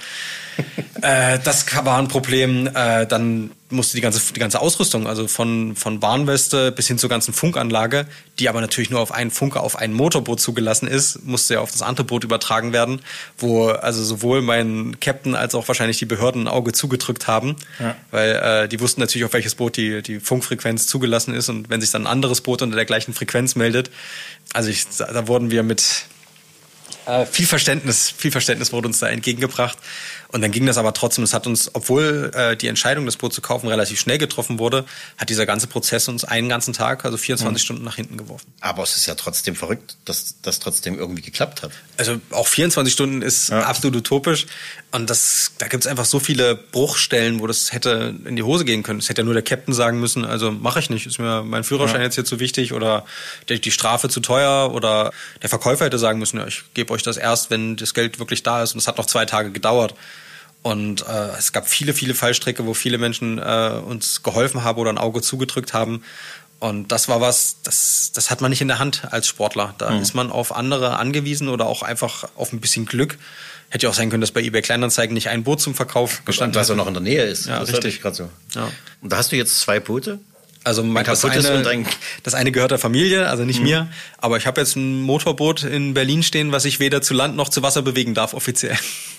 äh, das war ein Problem. Äh, dann musste die ganze die ganze Ausrüstung, also von von Warnweste bis hin zur ganzen Funkanlage, die aber natürlich nur auf einen Funker auf ein Motorboot zugelassen ist, musste ja auf das andere Boot übertragen werden, wo also sowohl mein Captain als auch wahrscheinlich die Behörden ein Auge zugedrückt haben, ja. weil äh, die wussten natürlich, auf welches Boot die die Funkfrequenz zugelassen ist und wenn sich dann ein anderes Boot unter der gleichen Frequenz meldet, also ich, da wurden wir mit Äh, viel Verständnis, viel Verständnis wurde uns da entgegengebracht. Und dann ging das aber trotzdem, es hat uns, obwohl äh, die Entscheidung, das Boot zu kaufen, relativ schnell getroffen wurde, hat dieser ganze Prozess uns einen ganzen Tag, also vierundzwanzig mhm. Stunden nach hinten geworfen. Aber es ist ja trotzdem verrückt, dass das trotzdem irgendwie geklappt hat. Also auch vierundzwanzig Stunden ist ja. absolut utopisch. Und das, da gibt es einfach so viele Bruchstellen, wo das hätte in die Hose gehen können. Es hätte ja nur der Captain sagen müssen, also mache ich nicht, ist mir mein Führerschein ja. jetzt hier zu wichtig oder die, die Strafe zu teuer, oder der Verkäufer hätte sagen müssen, ja, ich gebe euch das erst, wenn das Geld wirklich da ist. Und es hat noch zwei Tage gedauert. Und äh, es gab viele, viele Fallstricke, wo viele Menschen äh, uns geholfen haben oder ein Auge zugedrückt haben. Und das war was, das, das hat man nicht in der Hand als Sportler. Da mhm. ist man auf andere angewiesen oder auch einfach auf ein bisschen Glück. Hätte ja auch sein können, dass bei eBay Kleinanzeigen nicht ein Boot zum Verkauf gestanden hat. Was auch noch in der Nähe ist. Ja, das richtig. Gerade so. Ja. Und da hast du jetzt zwei Boote? Also mein, das, eine, ein das eine gehört der Familie, also nicht mhm. mir. Aber ich habe jetzt ein Motorboot in Berlin stehen, was ich weder zu Land noch zu Wasser bewegen darf, offiziell.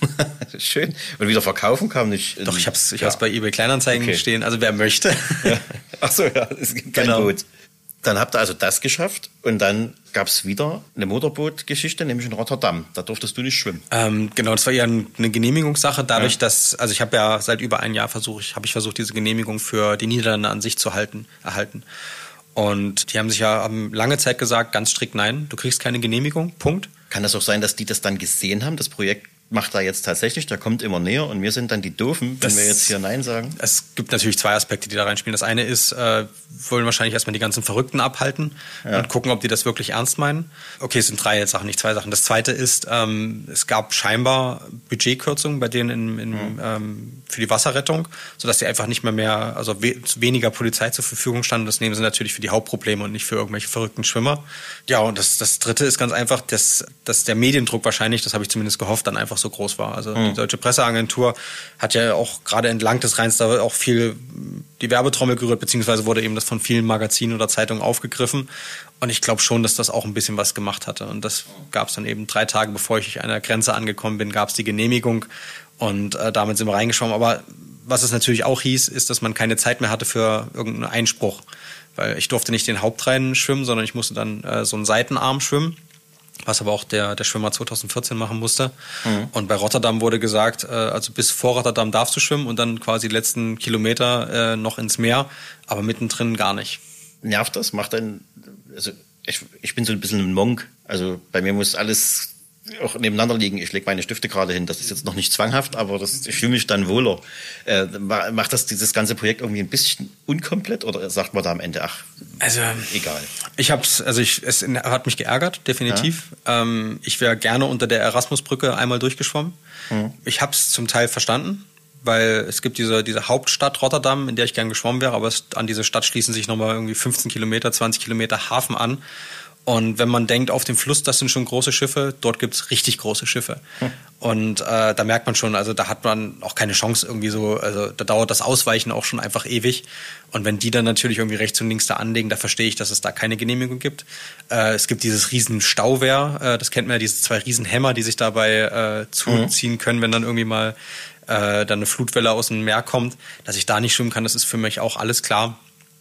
Schön. Und wieder verkaufen kam nicht. Doch, ich habe es ich ja. bei eBay Kleinanzeigen okay. stehen, also wer möchte. Ja. Ach so, ja, es gibt kein genau. Boot. Dann habt ihr also das geschafft und dann gab es wieder eine Motorbootgeschichte, nämlich in Rotterdam. Da durftest du nicht schwimmen. Ähm, genau, das war eher eine Genehmigungssache, dadurch, ja. dass, also ich habe ja seit über ein Jahr versucht, habe ich versucht, diese Genehmigung für die Niederlande an sich zu halten, erhalten. Und die haben sich ja haben lange Zeit gesagt, ganz strikt nein, du kriegst keine Genehmigung, Punkt. Kann das auch sein, dass die das dann gesehen haben, das Projekt macht er jetzt tatsächlich, der kommt immer näher und wir sind dann die Doofen, wenn das, wir jetzt hier Nein sagen? Es gibt natürlich zwei Aspekte, die da reinspielen. Das eine ist, äh, wollen wahrscheinlich erstmal die ganzen Verrückten abhalten ja. und gucken, ob die das wirklich ernst meinen. Okay, es sind drei Sachen, nicht zwei Sachen. Das zweite ist, ähm, es gab scheinbar Budgetkürzungen bei denen in, in, mhm. ähm, für die Wasserrettung, sodass die einfach nicht mehr mehr, also we- weniger Polizei zur Verfügung standen. Das nehmen sie natürlich für die Hauptprobleme und nicht für irgendwelche verrückten Schwimmer. Ja, und das, das dritte ist ganz einfach, dass, dass der Mediendruck wahrscheinlich, das habe ich zumindest gehofft, dann einfach so groß war. Also mhm. die Deutsche Presseagentur hat ja auch gerade entlang des Rheins da auch viel die Werbetrommel gerührt, beziehungsweise wurde eben das von vielen Magazinen oder Zeitungen aufgegriffen. Und ich glaube schon, dass das auch ein bisschen was gemacht hatte. Und das gab es dann eben drei Tage, bevor ich an der Grenze angekommen bin, gab es die Genehmigung. Und äh, damit sind wir reingeschwommen. Aber was es natürlich auch hieß, ist, dass man keine Zeit mehr hatte für irgendeinen Einspruch. Weil ich durfte nicht den Hauptrhein schwimmen, sondern ich musste dann äh, so einen Seitenarm schwimmen. Was aber auch der, der Schwimmer zwanzig vierzehn machen musste. Mhm. Und bei Rotterdam wurde gesagt, äh, also bis vor Rotterdam darfst du schwimmen und dann quasi die letzten Kilometer äh, noch ins Meer, aber mittendrin gar nicht. Nervt das? Macht dann, also ich, ich bin so ein bisschen ein Monk, also bei mir muss alles auch nebeneinander liegen. Ich lege meine Stifte gerade hin. Das ist jetzt noch nicht zwanghaft, aber das, ich fühle mich dann wohler. Äh, macht das dieses ganze Projekt irgendwie ein bisschen unkomplett oder sagt man da am Ende, ach, also, egal? Ich hab's, also ich, es hat mich geärgert, definitiv. Ja. Ähm, ich wäre gerne unter der Erasmusbrücke einmal durchgeschwommen. Mhm. Ich hab's zum Teil verstanden, weil es gibt diese, diese Hauptstadt Rotterdam, in der ich gern geschwommen wäre, aber es, an diese Stadt schließen sich nochmal irgendwie fünfzehn Kilometer, zwanzig Kilometer Hafen an. Und wenn man denkt, auf dem Fluss, das sind schon große Schiffe, dort gibt's richtig große Schiffe. Hm. Und äh, da merkt man schon, also da hat man auch keine Chance irgendwie so, also da dauert das Ausweichen auch schon einfach ewig. Und wenn die dann natürlich irgendwie rechts und links da anlegen, da verstehe ich, dass es da keine Genehmigung gibt. Äh, es gibt dieses riesen Stauwehr, äh, das kennt man ja, diese zwei riesen Hämmer, die sich dabei äh, zuziehen mhm. können, wenn dann irgendwie mal äh, dann eine Flutwelle aus dem Meer kommt. Dass ich da nicht schwimmen kann, das ist für mich auch alles klar.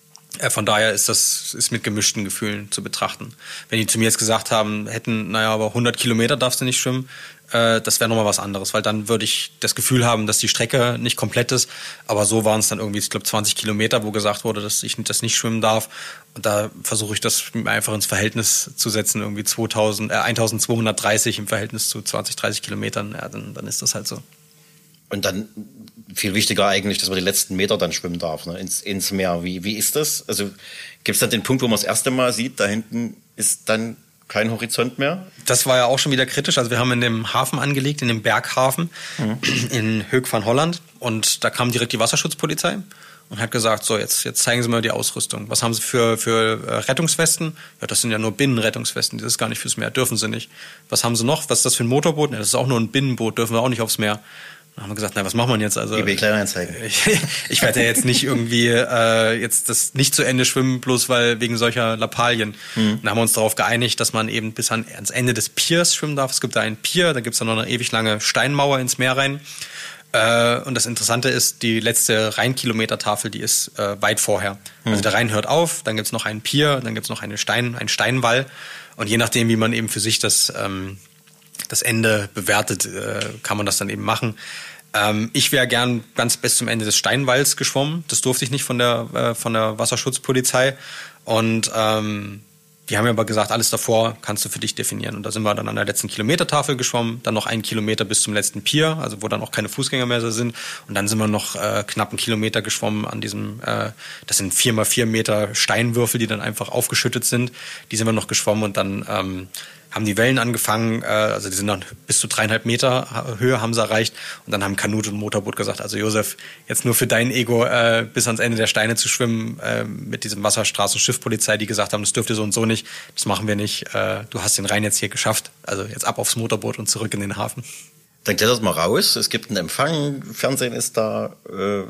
Von daher ist das ist mit gemischten Gefühlen zu betrachten. Wenn die zu mir jetzt gesagt haben, hätten, naja, aber hundert Kilometer darfst du nicht schwimmen, äh, das wäre nochmal was anderes, weil dann würde ich das Gefühl haben, dass die Strecke nicht komplett ist. Aber so waren es dann irgendwie, ich glaube, zwanzig Kilometer, wo gesagt wurde, dass ich das nicht schwimmen darf. Und da versuche ich das einfach ins Verhältnis zu setzen, irgendwie zweitausend, äh, eintausendzweihundertdreißig im Verhältnis zu zwanzig, dreißig Kilometern. Ja, dann, dann ist das halt so. Und dann viel wichtiger eigentlich, dass man die letzten Meter dann schwimmen darf, ne, ins, ins Meer. Wie, wie ist das? Also gibt es dann den Punkt, wo man das erste Mal sieht, da hinten ist dann kein Horizont mehr? Das war ja auch schon wieder kritisch. Also wir haben in dem Hafen angelegt, in dem Berghafen mhm. in Hoek van Holland. Und da kam direkt die Wasserschutzpolizei und hat gesagt, so jetzt, jetzt zeigen Sie mal die Ausrüstung. Was haben Sie für, für Rettungswesten? Ja, das sind ja nur Binnenrettungswesten, das ist gar nicht fürs Meer, dürfen Sie nicht. Was haben Sie noch? Was ist das für ein Motorboot? Ja, das ist auch nur ein Binnenboot, dürfen wir auch nicht aufs Meer. Dann haben wir gesagt, na, was machen wir jetzt? Also eBay Kleinanzeigen. Ich, ich werde ja jetzt nicht irgendwie äh, jetzt das nicht zu Ende schwimmen, bloß weil wegen solcher Lappalien. Mhm. Dann haben wir uns darauf geeinigt, dass man eben bis an, ans Ende des Piers schwimmen darf. Es gibt da einen Pier, da gibt es dann noch eine ewig lange Steinmauer ins Meer rein. Äh, und das Interessante ist, die letzte Rheinkilometertafel, die ist äh, weit vorher. Mhm. Also der Rhein hört auf, dann gibt es noch einen Pier, dann gibt es noch eine Stein, einen Steinwall. Und je nachdem, wie man eben für sich das... Ähm, das Ende bewertet, äh, kann man das dann eben machen. Ähm, ich wäre gern ganz bis zum Ende des Steinwalls geschwommen. Das durfte ich nicht von der, äh, von der Wasserschutzpolizei. Und ähm, die haben mir aber gesagt, alles davor kannst du für dich definieren. Und da sind wir dann an der letzten Kilometertafel geschwommen, dann noch einen Kilometer bis zum letzten Pier, also wo dann auch keine Fußgänger mehr sind. Und dann sind wir noch äh, knapp einen Kilometer geschwommen an diesem, äh, das sind vier mal vier Meter Steinwürfel, die dann einfach aufgeschüttet sind. Die sind wir noch geschwommen und dann ähm, haben die Wellen angefangen, äh, also die sind dann bis zu dreieinhalb Meter Höhe haben sie erreicht. Und dann haben Kanute und Motorboot gesagt, also Josef, jetzt nur für dein Ego äh, bis ans Ende der Steine zu schwimmen äh, mit diesem Wasserstraßen-Schiffpolizei, die gesagt haben, das dürft ihr so und so nicht, das machen wir nicht. Äh, du hast den Rhein jetzt hier geschafft, also jetzt ab aufs Motorboot und zurück in den Hafen. Dann klettert mal raus, es gibt einen Empfang, Fernsehen ist da. Äh,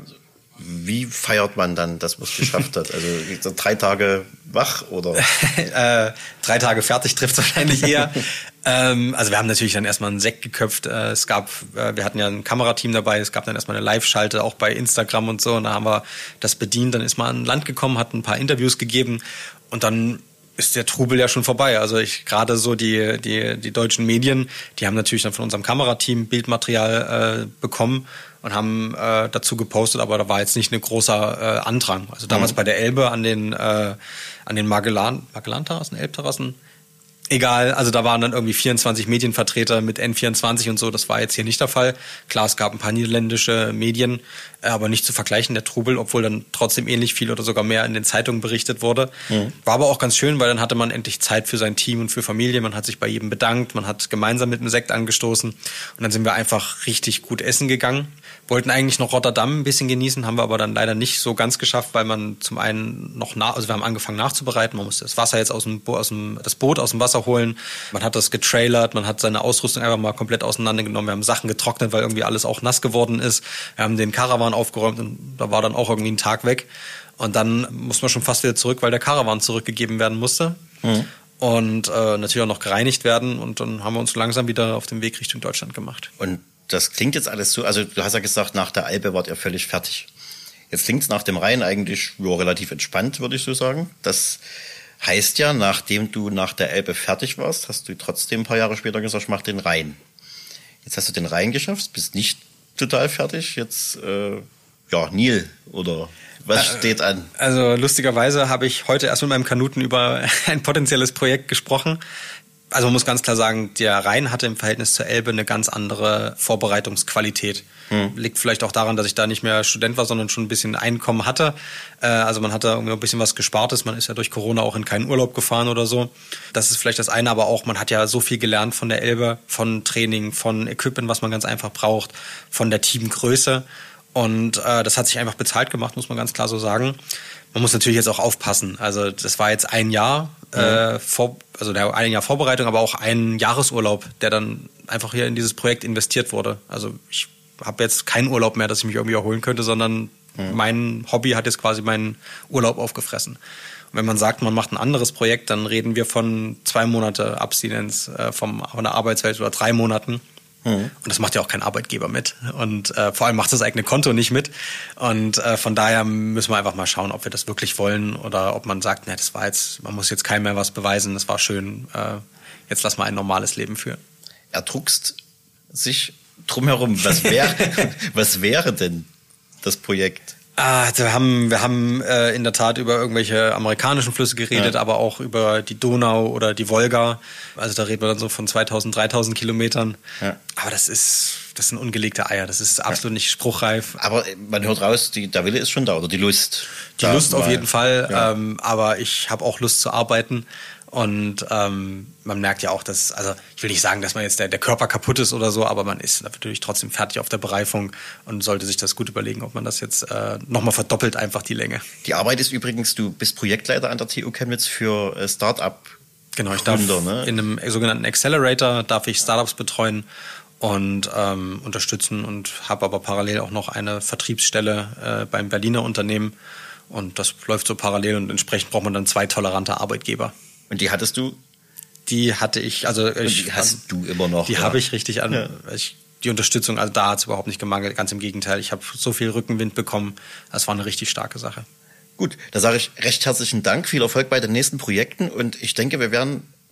wie feiert man dann, dass man es geschafft hat? Also drei Tage wach oder? äh, drei Tage fertig trifft es wahrscheinlich eher. ähm, also wir haben natürlich dann erstmal einen Sekt geköpft. Äh, es gab, äh, wir hatten ja ein Kamerateam dabei, es gab dann erstmal eine Live-Schalte, auch bei Instagram und so. Und da haben wir das bedient, dann ist man an Land gekommen, hat ein paar Interviews gegeben und dann ist der Trubel ja schon vorbei. Also ich gerade so die die die deutschen Medien, die haben natürlich dann von unserem Kamerateam Bildmaterial äh, bekommen und haben äh, dazu gepostet, aber da war jetzt nicht ein großer äh, Andrang. Also damals mhm. bei der Elbe an den äh, an den Magellan Magellan-Terrassen, Elbterrassen. Egal, also da waren dann irgendwie vierundzwanzig Medienvertreter mit N vierundzwanzig und so, das war jetzt hier nicht der Fall. Klar, es gab ein paar niederländische Medien, aber nicht zu vergleichen, der Trubel, obwohl dann trotzdem ähnlich viel oder sogar mehr in den Zeitungen berichtet wurde. Mhm. War aber auch ganz schön, weil dann hatte man endlich Zeit für sein Team und für Familie, man hat sich bei jedem bedankt, man hat gemeinsam mit einem Sekt angestoßen und dann sind wir einfach richtig gut essen gegangen. Wollten eigentlich noch Rotterdam ein bisschen genießen, haben wir aber dann leider nicht so ganz geschafft, weil man zum einen noch nach, also wir haben angefangen nachzubereiten, man musste das Wasser jetzt aus dem, aus dem, das Boot aus dem Wasser holen, man hat das getrailert, man hat seine Ausrüstung einfach mal komplett auseinandergenommen, wir haben Sachen getrocknet, weil irgendwie alles auch nass geworden ist, wir haben den Karawan aufgeräumt und da war dann auch irgendwie ein Tag weg und dann muss man schon fast wieder zurück, weil der Karawan zurückgegeben werden musste. Mhm. Und äh, natürlich auch noch gereinigt werden und dann haben wir uns langsam wieder auf den Weg Richtung Deutschland gemacht. Und das klingt jetzt alles so, also du hast ja gesagt, nach der Elbe wart ihr völlig fertig. Jetzt klingt es nach dem Rhein eigentlich ja, relativ entspannt, würde ich so sagen. Das heißt ja, nachdem du nach der Elbe fertig warst, hast du trotzdem ein paar Jahre später gesagt, ich mach den Rhein. Jetzt hast du den Rhein geschafft, bist nicht total fertig. Jetzt, äh, ja, Nil oder was äh, steht an? Also lustigerweise habe ich heute erst mit meinem Kanuten über ein potenzielles Projekt gesprochen. Also man muss ganz klar sagen, der Rhein hatte im Verhältnis zur Elbe eine ganz andere Vorbereitungsqualität. Hm. Liegt vielleicht auch daran, dass ich da nicht mehr Student war, sondern schon ein bisschen Einkommen hatte. Also man hatte irgendwie ein bisschen was Gespartes. Man ist ja durch Corona auch in keinen Urlaub gefahren oder so. Das ist vielleicht das eine, aber auch man hat ja so viel gelernt von der Elbe, von Training, von Equipment, was man ganz einfach braucht, von der Teamgröße. Und äh, das hat sich einfach bezahlt gemacht, muss man ganz klar so sagen. Man muss natürlich jetzt auch aufpassen. Also das war jetzt ein Jahr, mhm. äh, vor, also der, ein Jahr Vorbereitung, aber auch ein Jahresurlaub, der dann einfach hier in dieses Projekt investiert wurde. Also ich habe jetzt keinen Urlaub mehr, dass ich mich irgendwie erholen könnte, sondern mhm. mein Hobby hat jetzt quasi meinen Urlaub aufgefressen. Und wenn man sagt, man macht ein anderes Projekt, dann reden wir von zwei Monate Abstinenz äh, vom, von der Arbeitswelt oder drei Monaten. Und das macht ja auch kein Arbeitgeber mit. Und äh, vor allem macht das eigene Konto nicht mit. Und äh, von daher müssen wir einfach mal schauen, ob wir das wirklich wollen oder ob man sagt, ne, das war jetzt, man muss jetzt keinem mehr was beweisen, das war schön, äh, jetzt lass mal ein normales Leben führen. Erdruckst sich drumherum. Was wäre, was wäre denn das Projekt? Ah, wir haben, wir haben äh, in der Tat über irgendwelche amerikanischen Flüsse geredet, ja. aber auch über die Donau oder die Wolga. Also da reden wir dann so von zweitausend, dreitausend Kilometern. Ja. Aber das ist, das sind ungelegte Eier. Das ist absolut ja. nicht spruchreif. Aber man hört raus, die, der Wille ist schon da oder die Lust. Die Lust auf jeden Fall. Ja. Ähm, aber ich habe auch Lust zu arbeiten. Und ähm, man merkt ja auch, dass, also ich will nicht sagen, dass man jetzt der, der Körper kaputt ist oder so, aber man ist natürlich trotzdem fertig auf der Bereifung und sollte sich das gut überlegen, ob man das jetzt äh, nochmal verdoppelt, einfach die Länge. Die Arbeit ist übrigens, du bist Projektleiter an der T U Chemnitz für äh, Start-up. Genau, ich darf Gründer, ne? in einem sogenannten Accelerator darf ich Startups betreuen und ähm, unterstützen und habe aber parallel auch noch eine Vertriebsstelle äh, beim Berliner Unternehmen und das läuft so parallel und entsprechend braucht man dann zwei tolerante Arbeitgeber. Und die hattest du? Die hatte ich, also ich, die hast du immer noch. Die ja. habe ich richtig an. Ja. Ich, die Unterstützung, also da hat es überhaupt nicht gemangelt, ganz im Gegenteil. Ich habe so viel Rückenwind bekommen, das war eine richtig starke Sache. Gut, da sage ich recht herzlichen Dank, viel Erfolg bei den nächsten Projekten und ich denke, wir werden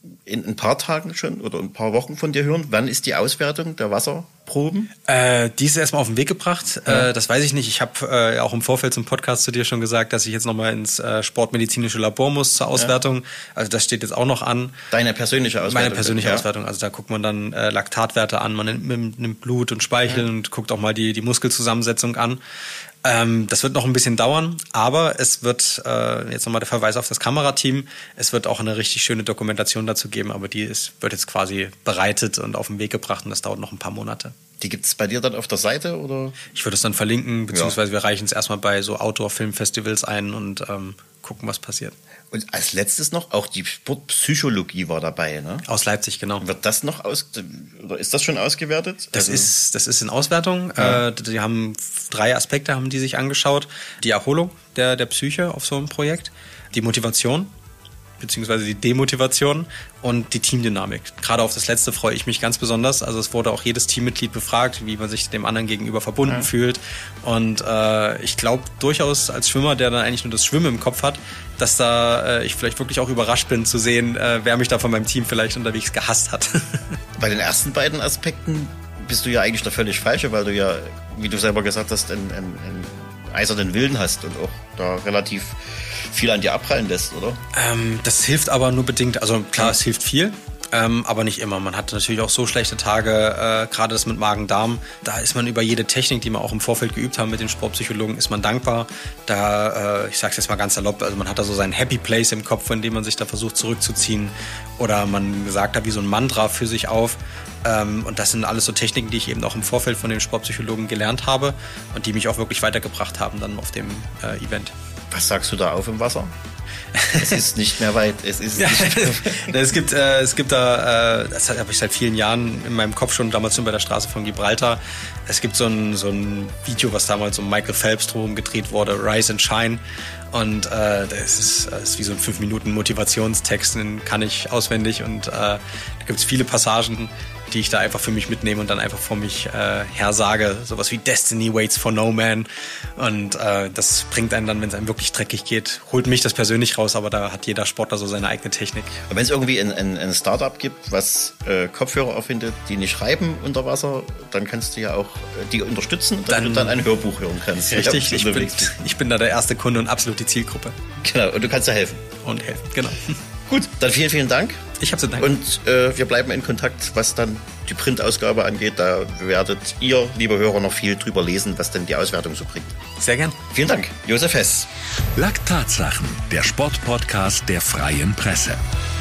in ein paar Tagen schon oder ein paar Wochen von dir hören? Wann ist die Auswertung der Wasserproben? Äh, die ist erstmal auf den Weg gebracht. Ja. Äh, das weiß ich nicht. Ich habe äh, auch im Vorfeld zum Podcast zu dir schon gesagt, dass ich jetzt nochmal ins äh, sportmedizinische Labor muss zur Auswertung. Ja. Also das steht jetzt auch noch an. Deine persönliche Auswertung? Meine persönliche ja. Auswertung. Also da guckt man dann äh, Laktatwerte an, man nimmt, nimmt Blut und Speichel ja. und guckt auch mal die, die Muskelzusammensetzung an. Ähm, das wird noch ein bisschen dauern, aber es wird, äh, jetzt nochmal der Verweis auf das Kamerateam, es wird auch eine richtig schöne Dokumentation dazu geben, aber die ist, wird jetzt quasi bereitet und auf den Weg gebracht und das dauert noch ein paar Monate. Die gibt es bei dir dann auf der Seite, oder? Ich würde es dann verlinken, beziehungsweise ja. wir reichen es erstmal bei so Outdoor-Filmfestivals ein und ähm, gucken, was passiert. Und als letztes noch, auch die Sportpsychologie war dabei, ne? Aus Leipzig, genau. Wird das noch aus, oder ist das schon ausgewertet? Das also ist, das ist in Auswertung. Ja. Äh, die haben drei Aspekte, haben die sich angeschaut. Die Erholung der, der Psyche auf so einem Projekt, die Motivation, beziehungsweise die Demotivation und die Teamdynamik. Gerade auf das Letzte freue ich mich ganz besonders. Also es wurde auch jedes Teammitglied befragt, wie man sich dem anderen gegenüber verbunden ja. fühlt. Und äh, ich glaube durchaus als Schwimmer, der dann eigentlich nur das Schwimmen im Kopf hat, dass da äh, ich vielleicht wirklich auch überrascht bin zu sehen, äh, wer mich da von meinem Team vielleicht unterwegs gehasst hat. Bei den ersten beiden Aspekten bist du ja eigentlich der völlig Falsche, weil du ja, wie du selber gesagt hast, einen, einen, einen eisernen Willen hast und auch da relativ viel an dir abprallen lässt, oder? Ähm, das hilft aber nur bedingt. Also klar, es hilft viel, ähm, aber nicht immer. Man hat natürlich auch so schlechte Tage, äh, gerade das mit Magen-Darm. Da ist man über jede Technik, die wir auch im Vorfeld geübt haben mit den Sportpsychologen, ist man dankbar. Da, äh, ich sag's jetzt mal ganz salopp, also man hat da so seinen Happy Place im Kopf, in dem man sich da versucht zurückzuziehen. Oder man sagt da wie so ein Mantra für sich auf. Ähm, und das sind alles so Techniken, die ich eben auch im Vorfeld von den Sportpsychologen gelernt habe und die mich auch wirklich weitergebracht haben dann auf dem äh, Event. Was sagst du da auf im Wasser? Es ist nicht mehr weit. Es ist nicht mehr es gibt, äh, es gibt da, äh, das habe ich seit vielen Jahren in meinem Kopf schon, damals schon bei der Straße von Gibraltar. Es gibt so ein, so ein Video, was damals um Michael Phelps drum gedreht wurde, Rise and Shine. Und äh, das, ist, das ist wie so ein fünf Minuten Motivationstext, den kann ich auswendig. Und äh, da gibt es viele Passagen, die ich da einfach für mich mitnehme und dann einfach vor mich äh, her sage. Sowas wie Destiny waits for no man. Und äh, das bringt einen dann, wenn es einem wirklich dreckig geht, holt mich das persönlich raus, aber da hat jeder Sportler so seine eigene Technik. Und wenn es irgendwie ein, ein, ein Startup gibt, was äh, Kopfhörer erfindet, die nicht reiben unter Wasser, dann kannst du ja auch äh, die unterstützen, damit dann, du dann ein Hörbuch hören kannst. Richtig, ich bin, ich bin da der erste Kunde und absolut die Zielgruppe. Genau, und du kannst da helfen. Und helfen, genau. Gut, dann vielen, vielen Dank. Ich habe zu danken. Und äh, wir bleiben in Kontakt, was dann die Printausgabe angeht. Da werdet ihr, liebe Hörer, noch viel drüber lesen, was denn die Auswertung so bringt. Sehr gern. Vielen Dank, Josef Hess. Laktatsachen, der Sportpodcast der Freien Presse.